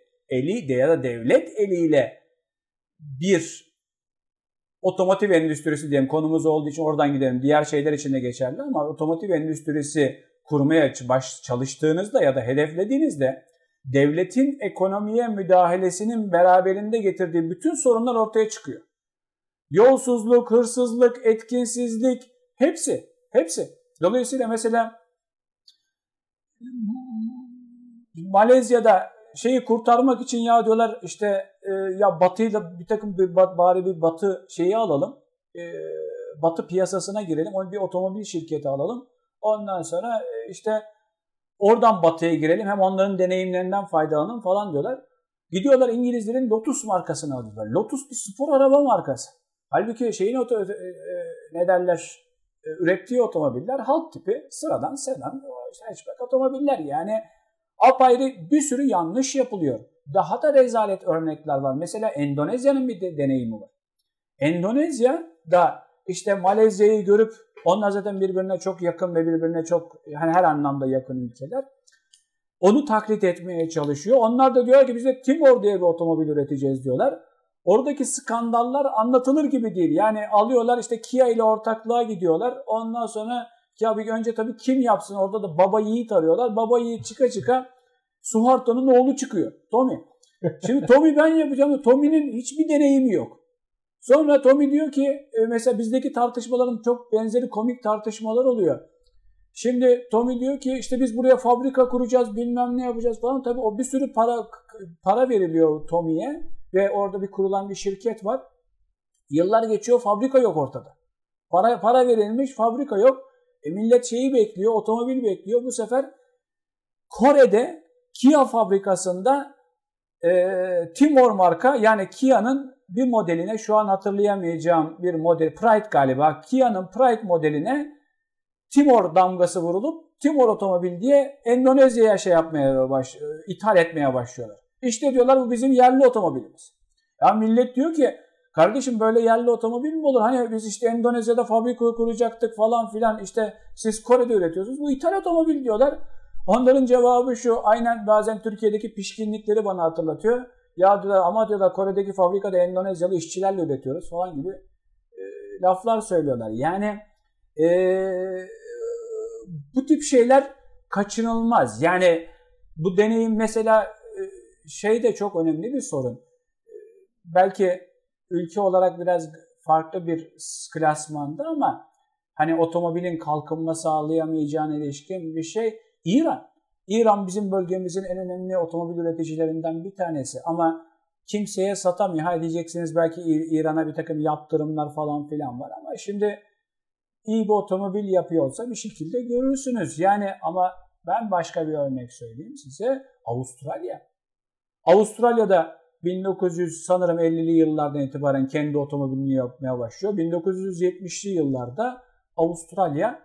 eliyle bir otomotiv endüstrisi diyelim, konumuz olduğu için oradan gidelim. Diğer şeyler için de geçerli ama otomotiv endüstrisi kurmaya çalıştığınızda ya da hedeflediğinizde devletin ekonomiye müdahalesinin beraberinde getirdiği bütün sorunlar ortaya çıkıyor. Yolsuzluk, hırsızlık, etkinsizlik, hepsi. Dolayısıyla mesela Malezya'da kurtarmak için ya diyorlar işte ya Batı'yla bir takım bari bir Batı alalım. Batı piyasasına girelim. Bir otomobil şirketi alalım. Ondan sonra işte oradan Batı'ya girelim. Hem onların deneyimlerinden faydalanalım falan diyorlar. Gidiyorlar İngilizlerin Lotus markasını alıyorlar. Lotus bir spor araba markası. Halbuki ürettiği otomobiller halk tipi, sıradan sedan, hatchback otomobiller. Yani apayrı bir sürü yanlış yapılıyor. Daha da rezalet örnekler var. Mesela Endonezya'nın bir deneyimi var. Endonezya'da işte Malezya'yı görüp, onlar zaten birbirine çok yakın ve birbirine çok her anlamda yakın ülkeler. Onu taklit etmeye çalışıyor. Onlar da diyor ki biz de Timor diye bir otomobil üreteceğiz diyorlar. Oradaki skandallar anlatılır gibi değil. Yani alıyorlar işte Kia ile ortaklığa gidiyorlar. Ondan sonra Ya bir önce tabii kim yapsın? Orada da Baba Yiğit arıyorlar. Baba Yiğit çıka Suharto'nun oğlu çıkıyor. Tommy. Şimdi Tommy ben yapacağım. Tommy'nin hiçbir deneyimi yok. Sonra Tommy diyor ki mesela bizdeki tartışmaların çok benzeri komik tartışmalar oluyor. Şimdi Tommy diyor ki işte biz buraya fabrika kuracağız, bilmem ne yapacağız falan. Tabii o bir sürü para veriliyor Tommy'ye ve orada bir kurulan bir şirket var. Yıllar geçiyor, fabrika yok ortada. Para verilmiş, fabrika yok. Millet şeyi bekliyor, otomobil bekliyor. Bu sefer Kore'de Kia fabrikasında Timor marka, yani Kia'nın bir modeline, şu an hatırlayamayacağım bir model, Pride galiba, Kia'nın Pride modeline Timor damgası vurulup Timor otomobil diye Endonezya'ya ithal etmeye başlıyorlar. İşte diyorlar bu bizim yerli otomobilimiz. Ya millet diyor ki kardeşim böyle yerli otomobil mi olur? Hani biz işte Endonezya'da fabrika kuracaktık falan filan, işte siz Kore'de üretiyorsunuz. Bu ithal otomobil diyorlar. Onların cevabı şu, aynen bazen Türkiye'deki pişkinlikleri bana hatırlatıyor. Ya diyorlar ama diyorlar Kore'deki fabrikada Endonezyalı işçilerle üretiyoruz falan gibi laflar söylüyorlar. Yani bu tip şeyler kaçınılmaz. Yani bu deneyim mesela şey de çok önemli bir sorun. Belki ülke olarak biraz farklı bir klasmanda ama hani otomobilin kalkınma sağlayamayacağına ilişkin bir şey İran. İran bizim bölgemizin en önemli otomobil üreticilerinden bir tanesi ama kimseye satamıyor. Ha diyeceksiniz belki İran'a bir takım yaptırımlar falan filan var ama şimdi iyi bir otomobil yapıyor olsa bir şekilde görürsünüz. Yani ama ben başka bir örnek söyleyeyim size. Avustralya'da 1950'li yıllardan itibaren kendi otomobilini yapmaya başlıyor. 1970'li yıllarda Avustralya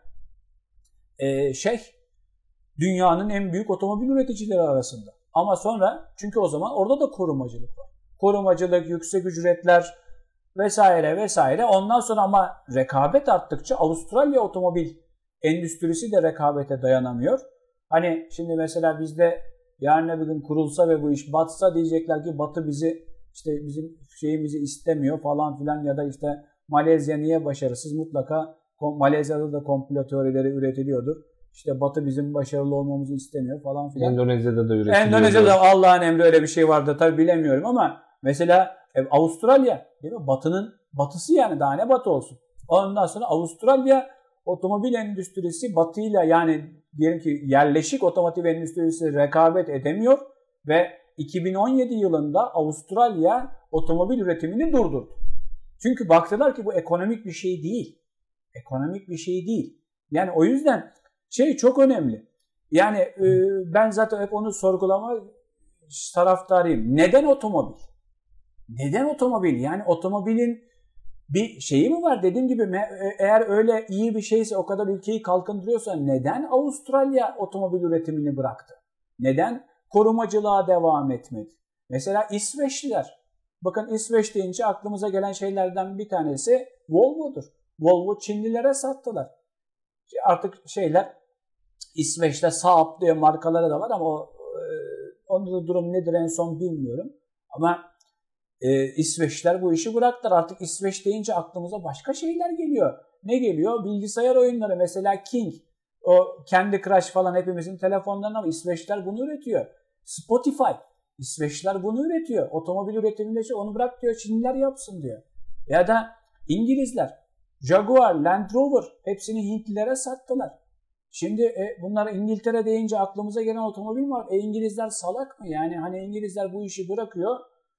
dünyanın en büyük otomobil üreticileri arasında. Ama sonra çünkü o zaman orada da korumacılık var. Korumacılık, yüksek ücretler vesaire vesaire. Ondan sonra ama rekabet arttıkça Avustralya otomobil endüstrisi de rekabete dayanamıyor. Hani şimdi mesela bizde yarın bir gün kurulsa ve bu iş batsa diyecekler ki Batı bizi işte bizim şeyimizi istemiyor falan filan ya da işte Malezya niye başarısız? Mutlaka Malezya'da da komplo teorileri üretiliyordur. İşte Batı bizim başarılı olmamızı istemiyor falan filan. Endonezya'da da üretiliyor. Endonezya'da Allah'ın emri öyle bir şey vardı tabii bilemiyorum ama mesela Avustralya değil mi? Batı'nın batısı, yani daha ne Batı olsun. Ondan sonra Avustralya otomobil endüstrisi Batı'yla, yani diyelim ki yerleşik otomotiv endüstrisi rekabet edemiyor ve 2017 yılında Avustralya otomobil üretimini durdurdu. Çünkü baktılar ki bu ekonomik bir şey değil. Ekonomik bir şey değil. Yani o yüzden şey çok önemli. Yani ben zaten hep onu sorgulama taraftarıyım. Neden otomobil? Neden otomobil? Yani otomobilin bir şeyi mi var? Dediğim gibi eğer öyle iyi bir şeyse, o kadar ülkeyi kalkındırıyorsa neden Avustralya otomobil üretimini bıraktı? Neden korumacılığa devam etmedi? Mesela İsveçliler. Bakın İsveç deyince aklımıza gelen şeylerden bir tanesi Volvo'dur. Volvo Çinlilere sattılar. Artık İsveç'te Saab diye markaları da var ama onda da durum nedir en son bilmiyorum. Ama İsveçliler bu işi bıraktılar. Artık İsveç deyince aklımıza başka şeyler geliyor. Ne geliyor? Bilgisayar oyunları. Mesela King, o Candy Crush falan hepimizin telefonlarına, ama İsveçliler bunu üretiyor. Spotify, İsveçliler bunu üretiyor. Otomobil üretiminde onu bırak diyor, Çinliler yapsın diyor. Ya da İngilizler, Jaguar, Land Rover hepsini Hintlilere sattılar. Şimdi bunlar İngiltere deyince aklımıza gelen otomobil var. İngilizler salak mı? Yani hani İngilizler bu işi bırakıyor.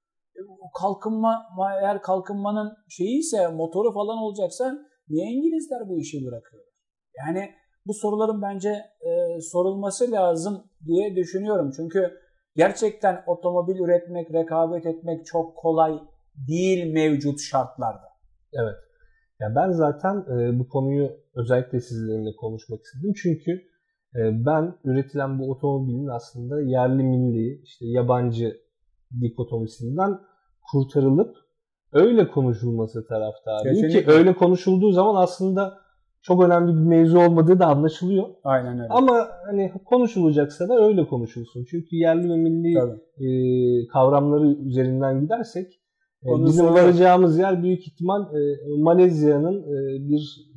Eğer kalkınmanın şeyi ise, motoru falan olacaksa niye İngilizler bu işi bırakıyor? Yani bu soruların bence sorulması lazım diye düşünüyorum. Çünkü gerçekten otomobil üretmek, rekabet etmek çok kolay değil mevcut şartlarda. Evet. Yani ben zaten bu konuyu özellikle sizinle konuşmak istedim. Çünkü ben üretilen bu otomobilin aslında yerli milli, işte yabancı dikotomisinden kurtarılıp öyle konuşulması taraftarıyım ki öyle konuşulduğu zaman aslında çok önemli bir mevzu olmadığı da anlaşılıyor. Aynen öyle. Ama hani konuşulacaksa da öyle konuşulsun. Çünkü yerli ve milli kavramları üzerinden gidersek bizim varacağımız yer büyük ihtimal Malezya'nın bir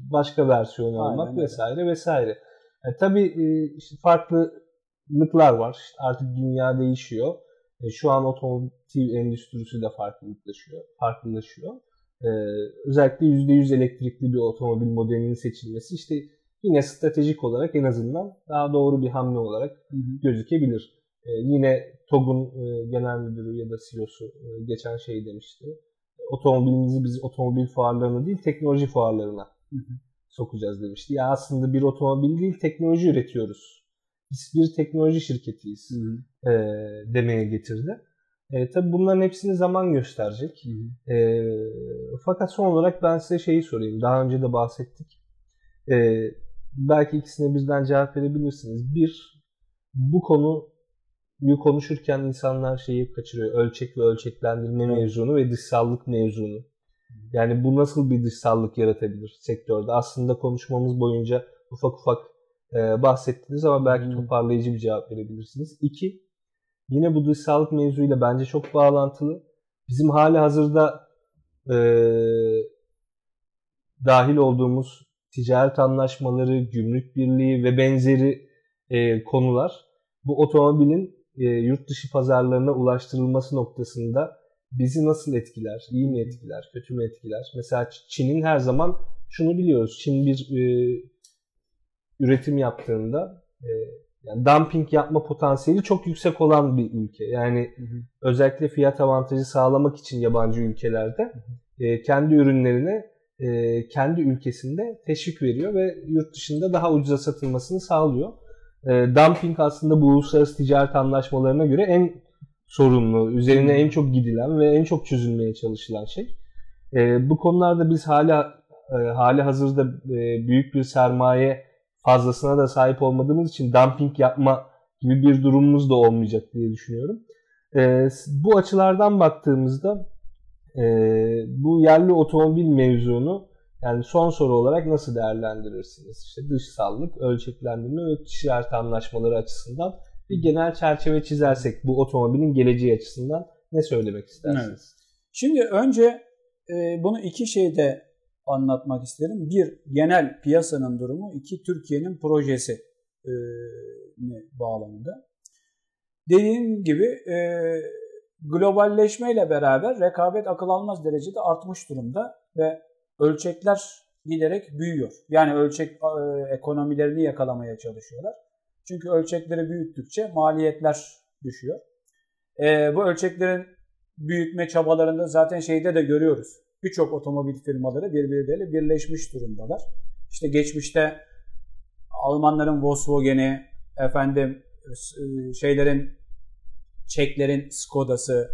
başka versiyonu Aynen almak öyle. vesaire vesaire. Tabii işte farklılıklar var. İşte artık dünya değişiyor. Şu an otomotiv endüstrisi de farklılaşıyor. Özellikle %100 elektrikli bir otomobil modelinin seçilmesi işte yine stratejik olarak en azından daha doğru bir hamle olarak gözükebilir. Yine TOG'un genel müdürü ya da CEO'su geçen şey demişti. Otomobilimizi biz otomobil fuarlarına değil teknoloji fuarlarına sokacağız demişti. Ya aslında bir otomobil değil teknoloji üretiyoruz. Biz bir teknoloji şirketiyiz demeye getirdi. Tabii bunların hepsini zaman gösterecek. Fakat son olarak ben size şeyi sorayım. Daha önce de bahsettik. Belki ikisine birden cevap verebilirsiniz. Bir, bu konuyu konuşurken insanlar şeyi kaçırıyor. Ölçek ve ölçeklendirme mevzunu ve dışsallık mevzunu. Yani bu nasıl bir dışsallık yaratabilir sektörde? Aslında konuşmamız boyunca ufak ufak bahsettiniz ama belki toparlayıcı bir cevap verebilirsiniz. İki, yine bu dışsallık mevzuyla bence çok bağlantılı. Bizim hali hazırda dahil olduğumuz ticaret anlaşmaları, gümrük birliği ve benzeri konular bu otomobilin yurt dışı pazarlarına ulaştırılması noktasında bizi nasıl etkiler? İyi mi etkiler? Kötü mü etkiler? Mesela Çin'in her zaman şunu biliyoruz. Çin bir üretim yaptığında yani dumping yapma potansiyeli çok yüksek olan bir ülke. Yani özellikle fiyat avantajı sağlamak için yabancı ülkelerde kendi ürünlerine kendi ülkesinde teşvik veriyor ve yurt dışında daha ucuza satılmasını sağlıyor. Dumping aslında bu uluslararası ticaret anlaşmalarına göre en sorunlu, üzerine en çok gidilen ve en çok çözülmeye çalışılan şey. Bu konularda biz hali hazırda büyük bir sermaye fazlasına da sahip olmadığımız için dumping yapma gibi bir durumumuz da olmayacak diye düşünüyorum. Bu açılardan baktığımızda bu yerli otomobil mevzunu yani son soru olarak nasıl değerlendirirsiniz? İşte dışsallık, ölçeklendirme ve ticaret anlaşmaları açısından bir genel çerçeve çizersek bu otomobilin geleceği açısından ne söylemek istersiniz? Evet. Şimdi önce bunu iki şeyde anlatmak isterim. Bir, genel piyasanın durumu. İki, Türkiye'nin projesi bağlamında. Dediğim gibi globalleşmeyle beraber rekabet akıl almaz derecede artmış durumda ve ölçekler giderek büyüyor. Yani ölçek ekonomilerini yakalamaya çalışıyorlar. Çünkü ölçekleri büyüttükçe maliyetler düşüyor. Bu ölçeklerin büyütme çabalarında zaten şeyde de görüyoruz. Birçok otomobil firmaları birbirleriyle birleşmiş durumdalar. İşte geçmişte Almanların Volkswagen'i, Çeklerin Skoda'sı,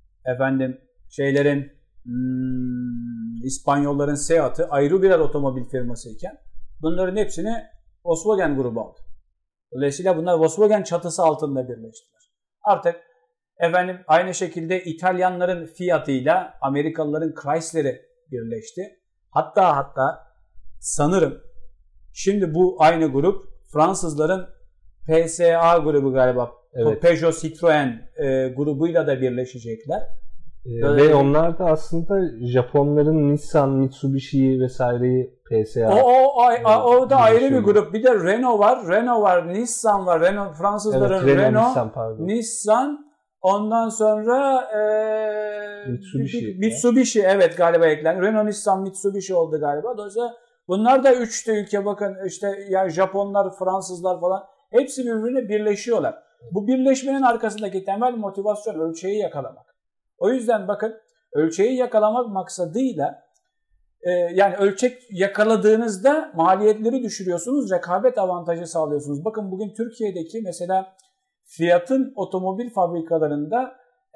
İspanyolların Seat'ı ayrı birer otomobil firmasıyken bunların hepsini Volkswagen grubu aldı. Dolayısıyla bunlar Volkswagen çatısı altında birleştiler. Artık aynı şekilde İtalyanların Fiat'ıyla Amerikalıların Chrysler'i birleşti. Hatta sanırım şimdi bu aynı grup Fransızların PSA grubu galiba. Evet. Peugeot Citroën grubuyla da birleşecekler. Ve onlar da aslında Japonların Nissan, Mitsubishi vesaireyi PSA. O da ayrı bir grup. Bir de Renault var, Nissan var. Fransızların evet, Renault, Nissan, ondan sonra Mitsubishi evet galiba eklendi. Renault, Nissan, Mitsubishi oldu galiba. Dolayısıyla bunlar da 3 ülke bakın işte yani Japonlar, Fransızlar falan hepsi birbirine birleşiyorlar. Bu birleşmenin arkasındaki temel motivasyon ölçeği yakalamak. O yüzden bakın ölçeği yakalamak maksadıyla yani ölçek yakaladığınızda maliyetleri düşürüyorsunuz, rekabet avantajı sağlıyorsunuz. Bakın bugün Türkiye'deki mesela Fiat'ın otomobil fabrikalarında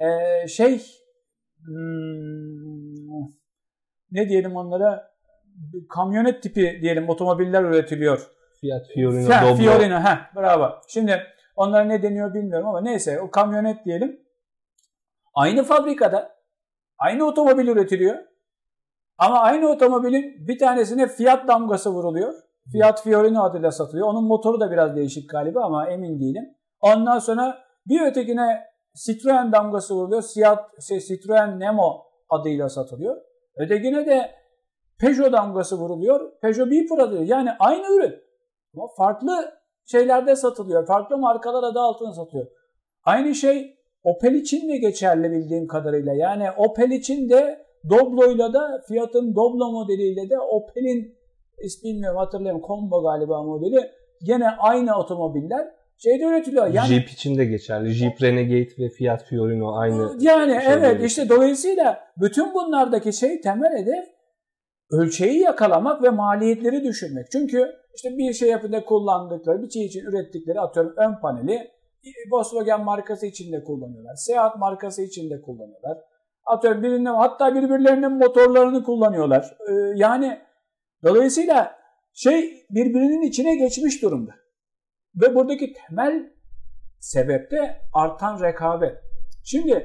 ne diyelim onlara kamyonet tipi diyelim otomobiller üretiliyor. Fiat Fiorino, Fiorino, bravo. Şimdi onlara ne deniyor bilmiyorum ama neyse o kamyonet diyelim. Aynı fabrikada aynı otomobil üretiliyor. Ama aynı otomobilin bir tanesine Fiat damgası vuruluyor. Fiat Fiorino adıyla satılıyor. Onun motoru da biraz değişik galiba ama emin değilim. Ondan sonra bir ötekine Citroen damgası vuruluyor. Citroen Nemo adıyla satılıyor. Ötekine de Peugeot damgası vuruluyor. Peugeot Beeper adı. Yani aynı ürün. Ama farklı şeylerde satılıyor. Farklı markalar adı altında satılıyor. Aynı şey Opel için de geçerli bildiğim kadarıyla. Yani Opel için de Doblo'yla da Fiat'ın Doblo modeliyle de Opel'in bilmiyorum hatırlayamıyorum Combo galiba modeli gene aynı otomobiller şeyde üretiliyor. Yani, Jeep için de geçerli. Jeep Renegade ve Fiat Fiorino aynı. Yani evet üretim. işte dolayısıyla bütün bunlardaki temel hedef ölçeği yakalamak ve maliyetleri düşürmek. Çünkü işte bir şey yapında kullandıkları, bir şey için ürettikleri atıyorum ön paneli Volkswagen markası içinde kullanıyorlar. Seat markası içinde kullanıyorlar. Atıyorum hatta birbirlerinin motorlarını kullanıyorlar. Yani dolayısıyla birbirinin içine geçmiş durumda. Ve buradaki temel sebep de artan rekabet. Şimdi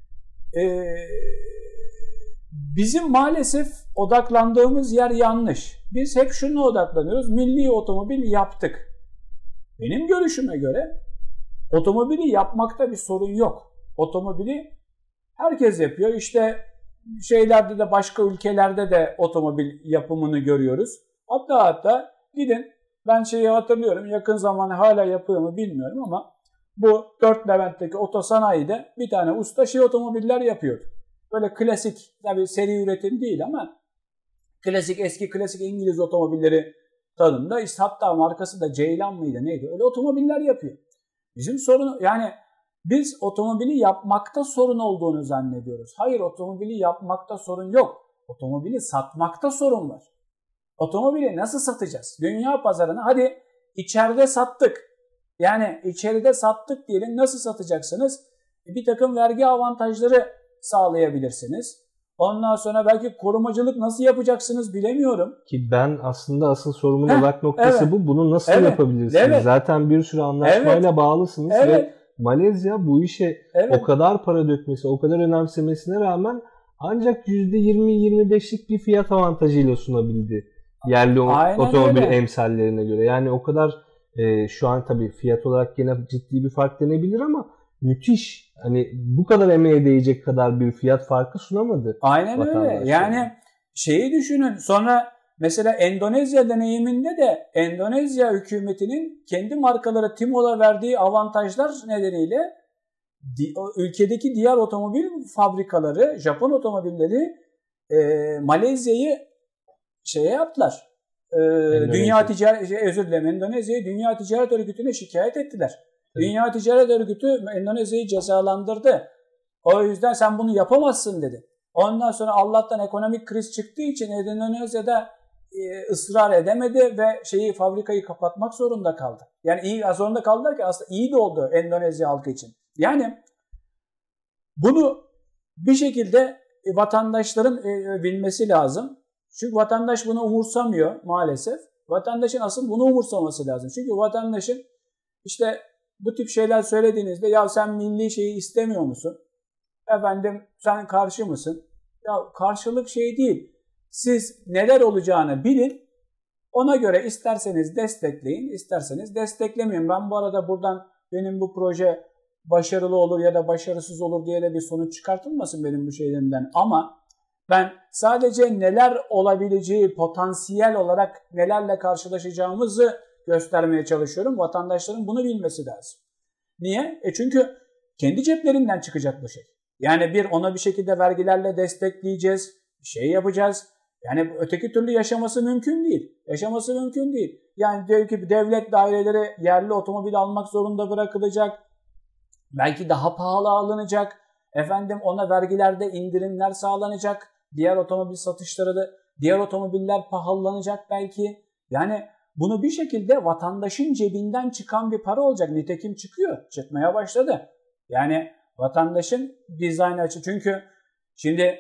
bizim maalesef odaklandığımız yer yanlış. Biz hep şuna odaklanıyoruz. Milli otomobil yaptık. Benim görüşüme göre otomobili yapmakta bir sorun yok. Otomobili herkes yapıyor. İşte şeylerde de başka ülkelerde de otomobil yapımını görüyoruz. Hatta gidin ben hatırlıyorum yakın zaman hala yapıyor mu bilmiyorum ama bu 4 Levent'teki otosanayi'de bir tane usta otomobiller yapıyordu. Böyle klasik tabii seri üretim değil ama eski klasik İngiliz otomobilleri tadında hatta markası da Ceylan mıydı neydi öyle otomobiller yapıyor. Bizim sorun yani biz otomobili yapmakta sorun olduğunu zannediyoruz. Hayır otomobili yapmakta sorun yok. Otomobili satmakta sorun var. Otomobili nasıl satacağız? Dünya pazarına hadi içeride sattık. Yani içeride sattık diyelim nasıl satacaksınız? Bir takım vergi avantajları sağlayabilirsiniz. Ondan sonra belki korumacılık nasıl yapacaksınız bilemiyorum. Ki ben aslında asıl sorumun odak noktası bu. Bunu nasıl yapabilirsiniz? Evet. Zaten bir sürü anlaşmayla bağlısınız ve Malezya bu işe o kadar para dökmesi, o kadar önemsemesine rağmen ancak %20-25'lik bir fiyat avantajıyla sunabildi. Yerli otomobil emsallerine göre. Yani o kadar şu an tabii fiyat olarak yine ciddi bir fark denebilir ama müthiş. Hani bu kadar emeğe değecek kadar bir fiyat farkı sunamadı. Aynen öyle. Yani düşünün. Sonra mesela Endonezya deneyiminde de Endonezya hükümetinin kendi markaları Timo'da verdiği avantajlar nedeniyle ülkedeki diğer otomobil fabrikaları, Japon otomobilleri Malezya'yı yaptılar. Endonezya'yı Dünya Ticaret Örgütü'ne şikayet ettiler. Evet. Dünya Ticaret Örgütü Endonezya'yı cezalandırdı. O yüzden sen bunu yapamazsın dedi. Ondan sonra Allah'tan ekonomik kriz çıktığı için Endonezya'da ısrar edemedi ve fabrikayı kapatmak zorunda kaldı. Yani zorunda kaldılar ki aslında iyi de oldu Endonezya halkı için. Yani bunu bir şekilde vatandaşların bilmesi lazım. Çünkü vatandaş bunu umursamıyor maalesef. Vatandaşın asıl bunu umursaması lazım. Çünkü vatandaşın bu tip şeyler söylediğinizde ya sen milli şeyi istemiyor musun? Efendim sen karşı mısın? Ya karşılık değil. Siz neler olacağını bilin. Ona göre isterseniz destekleyin, isterseniz desteklemeyin. Ben bu arada buradan benim bu proje başarılı olur ya da başarısız olur diye de bir sonuç çıkartılmasın benim bu şeylerimden. Ama ben sadece neler olabileceği, potansiyel olarak nelerle karşılaşacağımızı göstermeye çalışıyorum. Vatandaşların bunu bilmesi lazım. Niye? Çünkü kendi ceplerinden çıkacak bu şey. Yani ona bir şekilde vergilerle destekleyeceğiz, bir şey yapacağız. Yani öteki türlü yaşaması mümkün değil. Yani diyor ki devlet daireleri yerli otomobil almak zorunda bırakılacak. Belki daha pahalı alınacak. Efendim ona vergilerde indirimler sağlanacak. Diğer otomobil satışları da, diğer otomobiller pahalanacak belki. Yani bunu bir şekilde vatandaşın cebinden çıkan bir para olacak. Nitekim çıkmaya başladı. Yani vatandaşın dizayn açı. Çünkü şimdi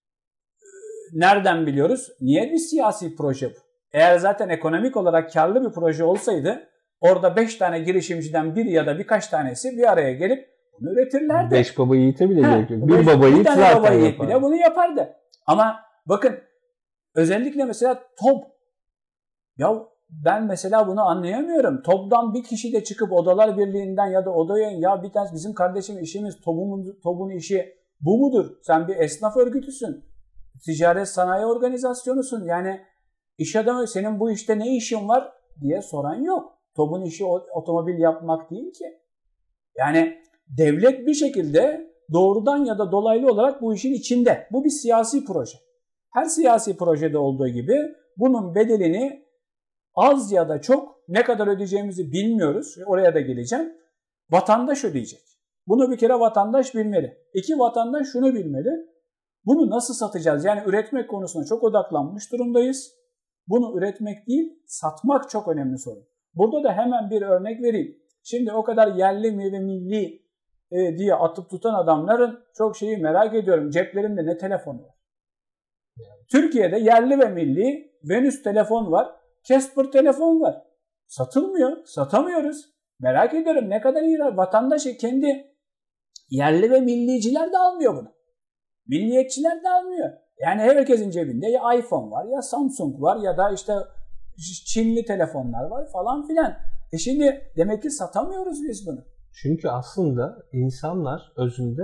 nereden biliyoruz? Niye bir siyasi proje bu? Eğer zaten ekonomik olarak karlı bir proje olsaydı orada 5 tane girişimciden biri ya da birkaç tanesi bir araya gelip bunu üretirlerdi. 5 baba yiğite bile gerek yok. Bir baba yiğit zaten yapar. Bile bunu yapardı. Ama bakın özellikle mesela TOB. Ya ben mesela bunu anlayamıyorum. TOB'dan bir kişi de çıkıp Odalar Birliği'nden ya da odaya ya bir tanesi bizim kardeşim işimiz TOB'un işi bu mudur? Sen bir esnaf örgütüsün. ticaret sanayi organizasyonusun. Yani iş adamı senin bu işte ne işin var diye soran yok. TOB'un işi otomobil yapmak değil ki. Yani devlet bir şekilde doğrudan ya da dolaylı olarak bu işin içinde. Bu bir siyasi proje. Her siyasi projede olduğu gibi bunun bedelini az ya da çok ne kadar ödeyeceğimizi bilmiyoruz. Oraya da geleceğim. Vatandaş ödeyecek. Bunu bir kere vatandaş bilmeli. İki, vatandaş şunu bilmeli. Bunu nasıl satacağız? Yani üretmek konusuna çok odaklanmış durumdayız. Bunu üretmek değil, satmak çok önemli sorun. Burada da hemen bir örnek vereyim. Şimdi o kadar yerli ve milli diye atıp tutan adamların çok şeyi merak ediyorum. Ceplerinde ne telefonu var? Türkiye'de yerli ve milli Venüs telefon var, Casper telefon var. Satılmıyor, satamıyoruz. Merak ediyorum ne kadar iyi. Vatandaşı kendi yerli ve milliciler de almıyor bunu. Milliyetçiler de almıyor. Yani herkesin cebinde ya iPhone var ya Samsung var ya da işte Çinli telefonlar var falan filan. Şimdi demek ki satamıyoruz biz bunu. Çünkü aslında insanlar özünde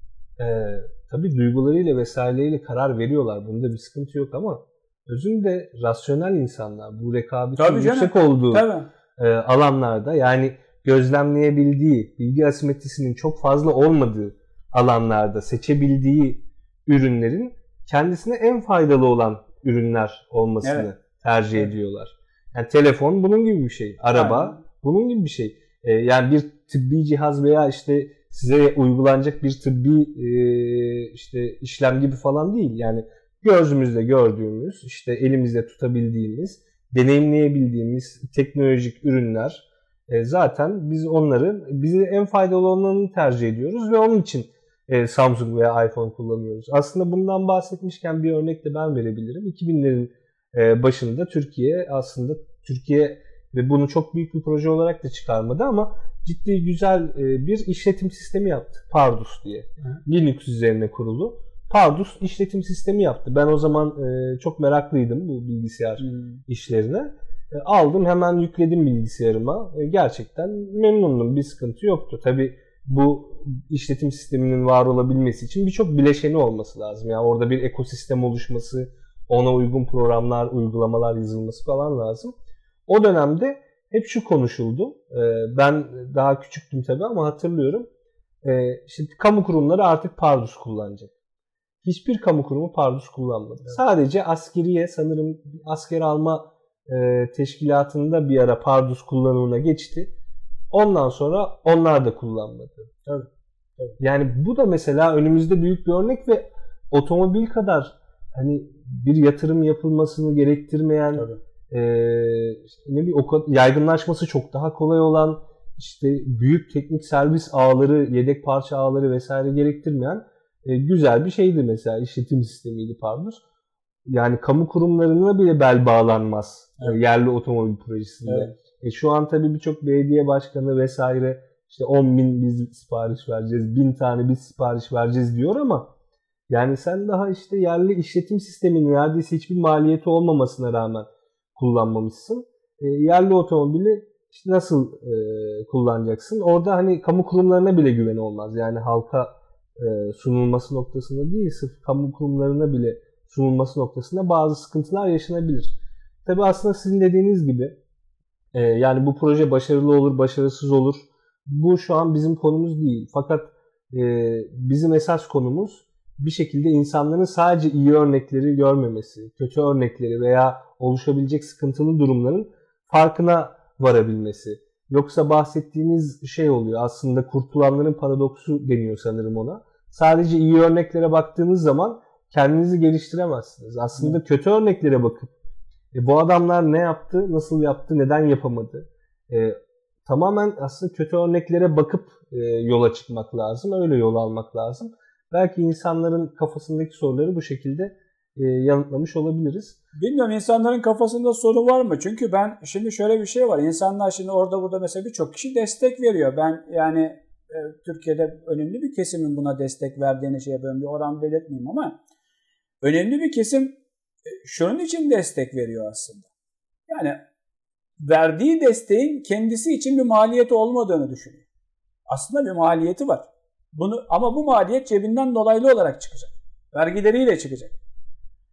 tabii duygularıyla vesaireyle karar veriyorlar. Bunda bir sıkıntı yok ama özünde rasyonel insanlar, bu rekabetin yüksek olduğu alanlarda, yani gözlemleyebildiği, bilgi asimetrisinin çok fazla olmadığı alanlarda seçebildiği ürünlerin kendisine en faydalı olan ürünler olmasını tercih ediyorlar. Yani telefon bunun gibi bir şey, araba bunun gibi bir şey. Yani bir tıbbi cihaz veya işte size uygulanacak bir tıbbi işte işlem gibi falan değil. Yani gözümüzde gördüğümüz, işte elimizde tutabildiğimiz, deneyimleyebildiğimiz teknolojik ürünler, zaten biz onları, bize en faydalı olanını tercih ediyoruz ve onun için Samsung veya iPhone kullanıyoruz. Aslında bundan bahsetmişken bir örnek de ben verebilirim. 2000'lerin başında Türkiye ve bunu çok büyük bir proje olarak da çıkarmadı ama ciddi güzel bir işletim sistemi yaptı. Pardus diye. Linux üzerine kurulu. Pardus işletim sistemi yaptı. Ben o zaman çok meraklıydım bu bilgisayar işlerine. Aldım, hemen yükledim bilgisayarıma. Gerçekten memnundum. Bir sıkıntı yoktu. Tabii bu işletim sisteminin var olabilmesi için birçok bileşeni olması lazım. Yani orada bir ekosistem oluşması, ona uygun programlar, uygulamalar yazılması falan lazım. O dönemde hep şu konuşuldu. Ben daha küçüktüm tabii ama hatırlıyorum. İşte kamu kurumları artık Pardus kullanacak. Hiçbir kamu kurumu Pardus kullanmadı. Evet. Sadece askeriye, sanırım asker alma teşkilatında bir ara Pardus kullanımına geçti. Ondan sonra onlar da kullanmadı. Evet. Evet. Yani bu da mesela önümüzde büyük bir örnek ve otomobil kadar hani bir yatırım yapılmasını gerektirmeyen, yaygınlaşması çok daha kolay olan, işte büyük teknik servis ağları, yedek parça ağları vesaire gerektirmeyen güzel bir şeydi mesela, işletim sistemiydi Pardus. Yani kamu kurumlarına bile bel bağlanmaz yerli otomobil projesinde. Şu an tabii birçok belediye başkanı vesaire işte 10.000 biz sipariş vereceğiz, 1000 tane biz sipariş vereceğiz diyor ama yani sen daha işte yerli işletim sisteminin neredeyse hiçbir maliyeti olmamasına rağmen kullanmamışsın. Yerli otomobili işte nasıl kullanacaksın? Orada hani kamu kurumlarına bile güven olmaz. Yani halka sunulması noktasında değil, sırf kamu kurumlarına bile sunulması noktasında bazı sıkıntılar yaşanabilir. Tabii aslında sizin dediğiniz gibi yani bu proje başarılı olur, başarısız olur. Bu şu an bizim konumuz değil. Fakat bizim esas konumuz bir şekilde insanların sadece iyi örnekleri görmemesi, kötü örnekleri veya oluşabilecek sıkıntılı durumların farkına varabilmesi. Yoksa bahsettiğiniz şey oluyor. Aslında kurtulanların paradoksu deniyor sanırım ona. Sadece iyi örneklere baktığınız zaman kendinizi geliştiremezsiniz. Aslında kötü örneklere bakıp bu adamlar ne yaptı, nasıl yaptı, neden yapamadı? Tamamen aslında kötü örneklere bakıp yola çıkmak lazım. Öyle yol almak lazım. Belki insanların kafasındaki soruları bu şekilde yanıtlamış olabiliriz. Bilmiyorum, insanların kafasında soru var mı? Çünkü ben şimdi şöyle bir şey var. İnsanlar şimdi orada burada mesela birçok kişi destek veriyor. Ben yani Türkiye'de önemli bir kesimin buna destek verdiğini ben bir oran belirtmeyeyim ama önemli bir kesim şunun için destek veriyor aslında. Yani verdiği desteğin kendisi için bir maliyeti olmadığını düşünüyor. Aslında bir maliyeti var. Ama bu maliyet cebinden dolaylı olarak çıkacak. Vergileriyle çıkacak.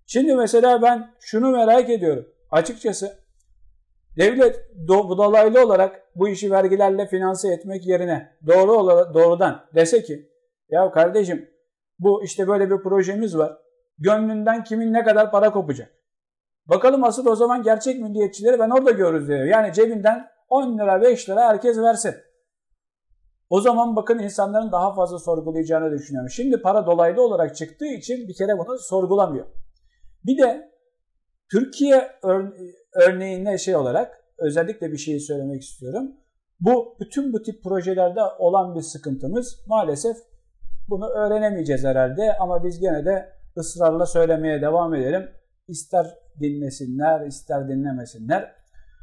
Şimdi mesela ben şunu merak ediyorum. Açıkçası devlet dolaylı olarak bu işi vergilerle finanse etmek yerine doğrudan dese ki ya kardeşim bu işte böyle bir projemiz var. Gönlünden kimin ne kadar para kopacak. Bakalım asıl o zaman gerçek milliyetçileri ben orada görürüz diyor. Yani cebinden 10 lira 5 lira herkes versin. O zaman bakın insanların daha fazla sorgulayacağını düşünüyorum. Şimdi para dolaylı olarak çıktığı için bir kere bunu sorgulamıyor. Bir de Türkiye örneğine olarak özellikle bir şey söylemek istiyorum. Bütün bu tip projelerde olan bir sıkıntımız maalesef bunu öğrenemeyeceğiz herhalde ama biz gene de ısrarla söylemeye devam edelim. İster dinlesinler, ister dinlemesinler.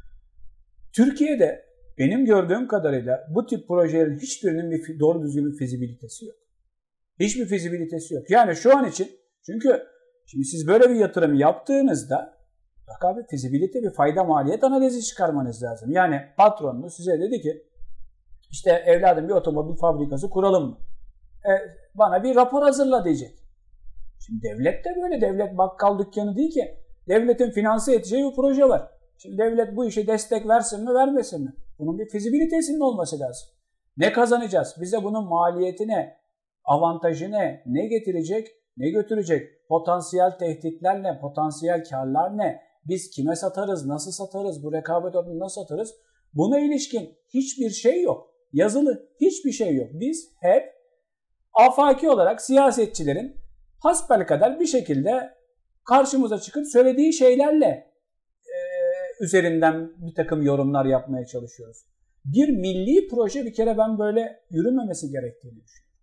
Türkiye'de benim gördüğüm kadarıyla bu tip projelerin hiçbirinin doğru düzgün bir fizibilitesi yok. Hiçbir fizibilitesi yok. Yani şu an için çünkü şimdi siz böyle bir yatırım yaptığınızda bak abi fizibilite bir fayda maliyet analizi çıkarmanız lazım. Yani patronunuz size dedi ki işte evladım bir otomobil fabrikası kuralım mı? Bana bir rapor hazırla diyecek. Şimdi devlet de böyle. Devlet bakkal dükkanı değil ki. Devletin finanse edeceği bir proje var. Şimdi devlet bu işe destek versin mi vermesin mi? Bunun bir fizibilitesinin olması lazım. Ne kazanacağız? Bize bunun maliyeti ne? Avantajı ne? Ne getirecek? Ne götürecek? Potansiyel tehditler ne? Potansiyel karlar ne? Biz kime satarız? Nasıl satarız? Bu rekabet ortamında nasıl satarız? Buna ilişkin hiçbir şey yok. Yazılı hiçbir şey yok. Biz hep afaki olarak siyasetçilerin hasbelkader bir şekilde karşımıza çıkıp söylediği şeylerle üzerinden bir takım yorumlar yapmaya çalışıyoruz. Bir milli proje bir kere ben böyle yürümemesi gerektiğini düşünüyorum.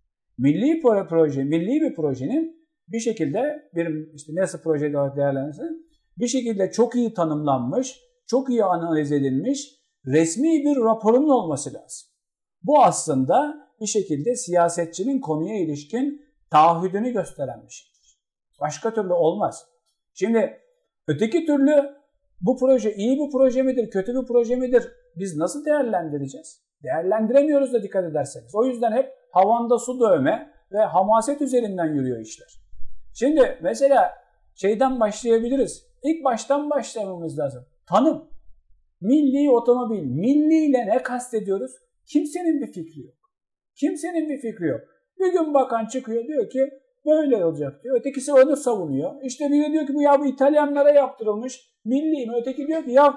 Milli bir projenin bir şekilde nasıl proje olarak değerlendirilirse bir şekilde çok iyi tanımlanmış, çok iyi analiz edilmiş resmi bir raporun olması lazım. Bu aslında bir şekilde siyasetçinin konuya ilişkin taahhüdünü gösteren bir şeydir. Başka türlü olmaz. Şimdi öteki türlü bu proje iyi bir proje midir, kötü bir proje midir? Biz nasıl değerlendireceğiz? Değerlendiremiyoruz da dikkat ederseniz. O yüzden hep havanda su dövme ve hamaset üzerinden yürüyor işler. Şimdi mesela şeyden başlayabiliriz. İlk baştan başlamamız lazım. Tanım. Milli otomobil. Milli ile ne kastediyoruz? Kimsenin bir fikri yok. Kimsenin bir fikri yok. Bir gün bakan çıkıyor diyor ki böyle olacak diyor. Ötekisi onu savunuyor. İşte biri diyor ki bu İtalyanlara yaptırılmış milli mi? Öteki diyor ki ya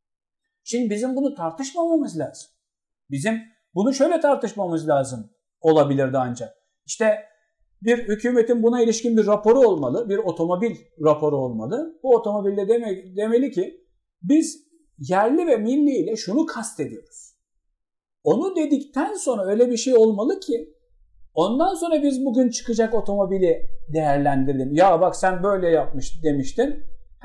şimdi bizim bunu tartışmamamız lazım. Bizim bunu şöyle tartışmamız lazım olabilirdi ancak. İşte bir hükümetin buna ilişkin bir raporu olmalı. Bir otomobil raporu olmalı. Bu otomobilde demeli ki biz yerli ve milli ile şunu kastediyoruz. Onu dedikten sonra öyle bir şey olmalı ki ondan sonra biz bugün çıkacak otomobili değerlendirelim. Ya bak sen böyle demiştin.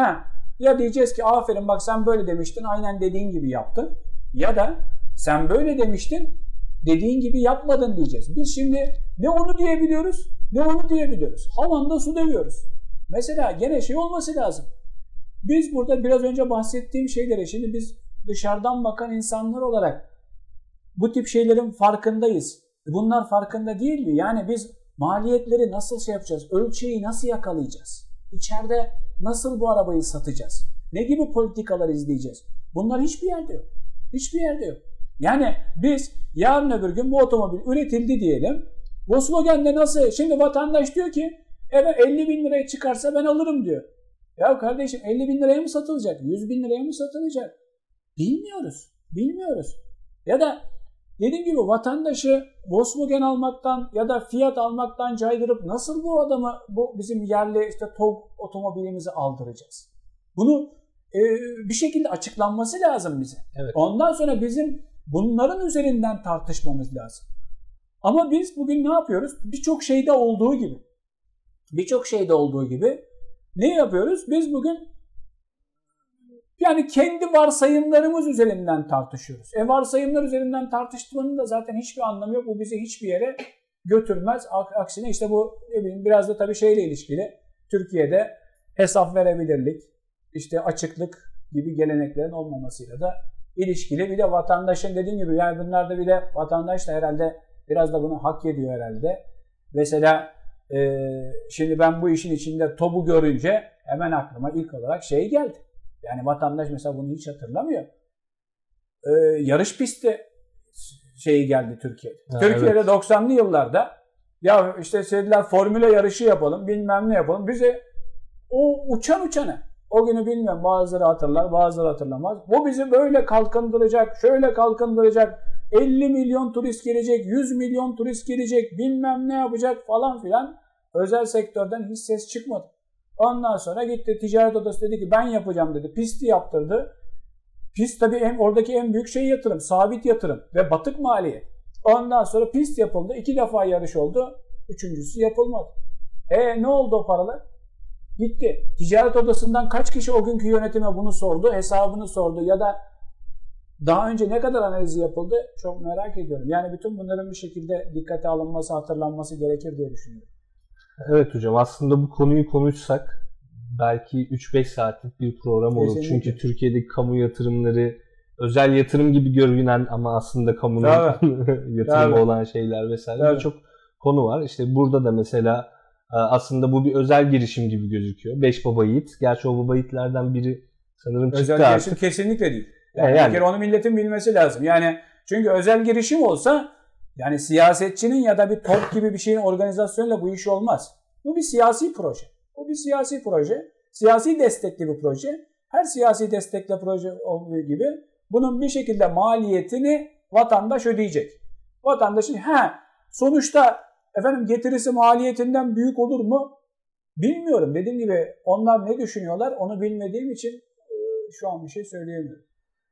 Ya diyeceğiz ki aferin bak sen böyle demiştin aynen dediğin gibi yaptın. Ya da sen böyle demiştin dediğin gibi yapmadın diyeceğiz. Biz şimdi ne onu diyebiliyoruz ne onu diyebiliyoruz. Havanda su dövüyoruz. Mesela gene şey olması lazım. Biz burada biraz önce bahsettiğim şeylere şimdi biz dışarıdan bakan insanlar olarak bu tip şeylerin farkındayız. Bunlar farkında değil mi? Yani biz maliyetleri nasıl yapacağız? Ölçeği nasıl yakalayacağız? İçeride nasıl bu arabayı satacağız? Ne gibi politikalar izleyeceğiz? Bunlar hiçbir yerde yok. Hiçbir yerde yok. Yani biz yarın öbür gün bu otomobil üretildi diyelim. Volkswagen'de nasıl? Şimdi vatandaş diyor ki evet 50 bin liraya çıkarsa ben alırım diyor. Ya kardeşim 50 bin liraya mı satılacak? 100 bin liraya mı satılacak? Bilmiyoruz. Bilmiyoruz. Ya da dediğim gibi vatandaşı Volkswagen almaktan ya da Fiat almaktan caydırıp nasıl bu adama bu bizim yerli TOG otomobilimizi aldıracağız? Bunu bir şekilde açıklanması lazım bize. Evet. Ondan sonra bizim bunların üzerinden tartışmamız lazım. Ama biz bugün ne yapıyoruz? Birçok şeyde olduğu gibi ne yapıyoruz? Biz bugün yani kendi varsayımlarımız üzerinden tartışıyoruz. Varsayımlar üzerinden tartışmanın da zaten hiçbir anlamı yok. Bu bizi hiçbir yere götürmez. Aksine işte bu biraz da tabii şeyle ilişkili. Türkiye'de hesap verebilirlik, işte açıklık gibi geleneklerin olmamasıyla da ilişkili. Bir de vatandaşın dediğim gibi yani bunlar da bir de vatandaş da herhalde biraz da bunu hak ediyor herhalde. Mesela Şimdi ben bu işin içinde TOB'u görünce hemen aklıma ilk olarak şey geldi. Yani vatandaş mesela bunu hiç hatırlamıyor. Yarış pisti şeyi geldi Türkiye'de. Ha, Türkiye'de evet. 90'lı yıllarda ya işte dediler formüle yarışı yapalım, bilmem ne yapalım. Bize o uçana. O günü bilmiyorum, bazıları hatırlar, bazıları hatırlamaz. Bu bizi böyle kalkındıracak, şöyle kalkındıracak. 50 milyon turist gelecek, 100 milyon turist gelecek, bilmem ne yapacak falan filan. Özel sektörden hiç ses çıkmadı. Ondan sonra gitti ticaret odası dedi ki ben yapacağım dedi. Pisti yaptırdı. Pist tabii oradaki en büyük şey yatırım, sabit yatırım ve batık maliyet. Ondan sonra pist yapıldı. 2 defa yarış oldu. 3.'sü yapılmadı. Ne oldu o paralar? Gitti. Ticaret odasından kaç kişi o günkü yönetime bunu sordu, hesabını sordu ya da daha önce ne kadar analizi yapıldı çok merak ediyorum. Yani bütün bunların bir şekilde dikkate alınması, hatırlanması gerekir diye düşünüyorum. Evet hocam, aslında bu konuyu konuşsak belki 3-5 saatlik bir program olur. Kesinlikle. Çünkü Türkiye'deki kamu yatırımları özel yatırım gibi görünen ama aslında kamunun yatırımı olan şeyler vesaire birçok konu var. İşte burada da mesela aslında bu bir özel girişim gibi gözüküyor. 5 baba yiğit. Gerçi o baba yiğitlerden biri sanırım çıktı özel artık. girişim kesinlikle değil. Yani Yani. bir kere onu milletin bilmesi lazım. Yani çünkü özel girişim olsa yani siyasetçinin ya da bir TOP gibi bir şeyin organizasyonuyla bu iş olmaz. Bu bir siyasi proje. Bu bir siyasi proje. Siyasi destekli bir proje. Her siyasi destekli proje olduğu gibi bunun bir şekilde maliyetini vatandaş ödeyecek. Vatandaşın sonuçta getirisi maliyetinden büyük olur mu? Bilmiyorum. Dediğim gibi onlar ne düşünüyorlar onu bilmediğim için şu an bir şey söyleyemiyorum.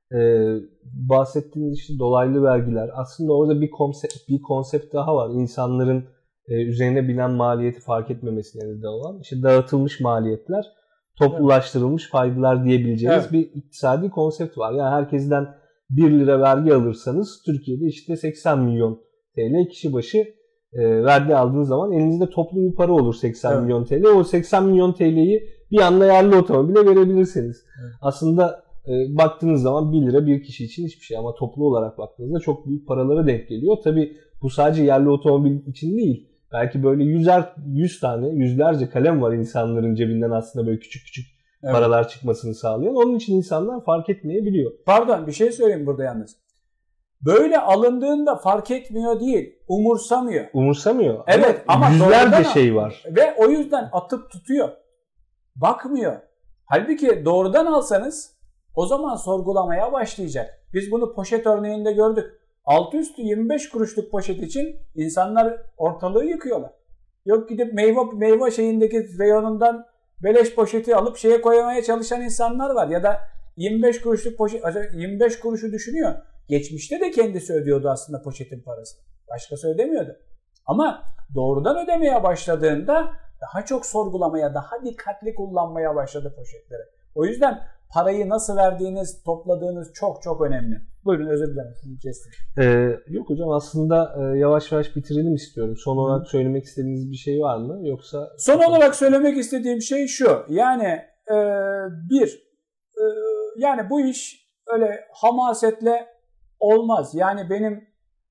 Bahsettiğiniz işte dolaylı vergiler. Aslında orada bir konsept daha var. İnsanların üzerine binen maliyeti fark etmemesine neden olan. İşte dağıtılmış maliyetler, toplulaştırılmış faydalar diyebileceğimiz bir iktisadi konsept var. Yani herkesten 1 lira vergi alırsanız Türkiye'de işte 80 milyon TL kişi başı vergi aldığınız zaman elinizde toplu bir para olur 80 milyon TL. O 80 milyon TL'yi bir anda yerli otomobile verebilirsiniz. Aslında baktığınız zaman 1 lira bir kişi için hiçbir şey ama toplu olarak baktığınızda çok büyük paralara denk geliyor. Tabii bu sadece yerli otomobil için değil. Belki böyle 100 tane, yüzlerce kalem var insanların cebinden aslında böyle küçük küçük paralar çıkmasını sağlayan. Onun için insanlar fark etmeyebiliyor. Pardon, bir şey söyleyeyim burada yalnız. Böyle alındığında fark etmiyor değil, umursamıyor. Umursamıyor. Evet ama yüzlerce şey var. Ve o yüzden atıp tutuyor. Bakmıyor. Halbuki doğrudan alsanız o zaman sorgulamaya başlayacak. Biz bunu poşet örneğinde gördük. Altı üstü 25 kuruşluk poşet için insanlar ortalığı yıkıyorlar. Yok gidip meyve şeyindeki reyonundan beleş poşeti alıp şeye koymaya çalışan insanlar var. Ya da 25 kuruşluk poşet, 25 kuruşu düşünüyor. Geçmişte de kendisi ödüyordu aslında poşetin parasını. Başkası ödemiyordu. Ama doğrudan ödemeye başladığında daha çok sorgulamaya, daha dikkatli kullanmaya başladı poşetleri. O yüzden parayı nasıl verdiğiniz, topladığınız çok çok önemli. Buyurun, özür dilerim sizi kestim. Yok hocam, aslında yavaş yavaş bitirelim istiyorum. Son olarak söylemek istediğiniz bir şey var mı? Yoksa son olarak söylemek istediğim şey şu. Yani yani bu iş öyle hamasetle olmaz. Yani benim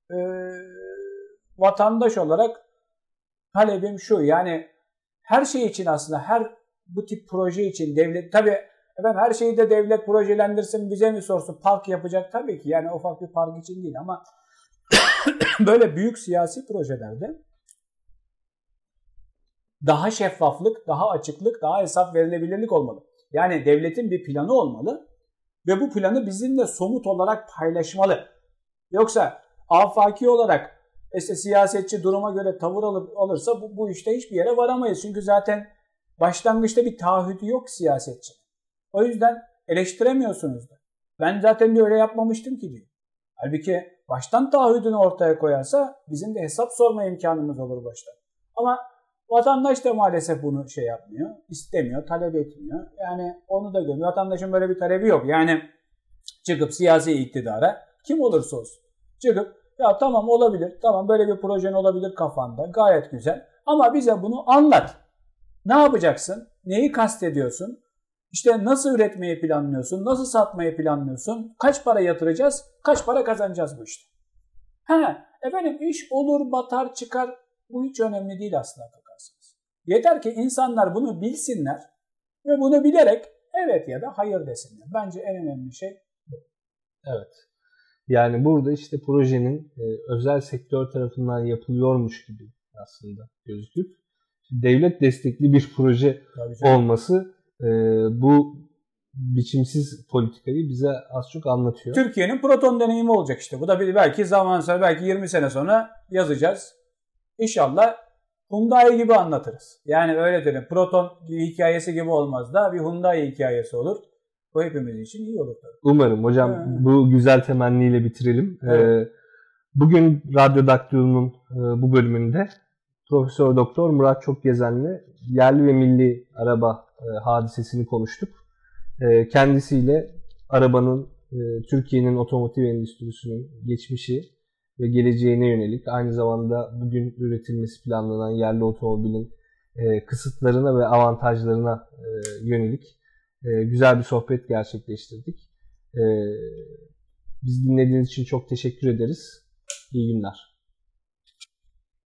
vatandaş olarak talebim şu. Yani her şey için aslında bu tip proje için devlet tabii her şeyi de devlet projelendirsin, bize mi sorsun, park yapacak tabii ki. Yani ufak bir park için değil ama böyle büyük siyasi projelerde daha şeffaflık, daha açıklık, daha hesap verilebilirlik olmalı. Yani devletin bir planı olmalı ve bu planı bizimle somut olarak paylaşmalı. Yoksa afaki olarak siyasetçi duruma göre tavır alırsa bu işte hiçbir yere varamayız. Çünkü zaten başlangıçta bir taahhütü yok siyasetçi. O yüzden eleştiremiyorsunuz da. Ben zaten öyle yapmamıştım ki diyor. Halbuki baştan taahhüdünü ortaya koyarsa bizim de hesap sorma imkanımız olur baştan. Ama vatandaş da maalesef bunu yapmıyor, istemiyor, talep etmiyor. Yani onu da görüyor. Vatandaşın böyle bir talebi yok. Yani çıkıp siyasi iktidara kim olursa olsun çıkıp ya tamam olabilir, tamam böyle bir projen olabilir kafanda, gayet güzel ama bize bunu anlat. Ne yapacaksın? Neyi kastediyorsun? İşte nasıl üretmeyi planlıyorsun? Nasıl satmayı planlıyorsun? Kaç para yatıracağız? Kaç para kazanacağız bu işte? İş olur, batar, çıkar. Bu hiç önemli değil aslında bakarsanız. Yeter ki insanlar bunu bilsinler ve bunu bilerek evet ya da hayır desinler. Bence en önemli şey bu. Evet. Yani burada işte projenin özel sektör tarafından yapılıyormuş gibi aslında gözüküp devlet destekli bir proje olması bu biçimsiz politikayı bize az çok anlatıyor. Türkiye'nin proton deneyimi olacak işte. Bu da belki zaman sonra, belki 20 sene sonra yazacağız. İnşallah Hyundai gibi anlatırız. Yani öyle dedim. Proton hikayesi gibi olmaz da bir Hyundai hikayesi olur. Bu hepimiz için iyi olur tabii. Umarım hocam bu güzel temenniyle bitirelim. Evet. Bugün Radyo Daktilo'nun bu bölümünde Profesör Doktor Murat Çokgezen'le yerli ve milli araba hadisesini konuştuk. Kendisiyle arabanın Türkiye'nin otomotiv endüstrisinin geçmişi ve geleceğine yönelik, aynı zamanda bugün üretilmesi planlanan yerli otomobilin kısıtlarına ve avantajlarına yönelik güzel bir sohbet gerçekleştirdik. Biz dinlediğiniz için çok teşekkür ederiz. İyi günler.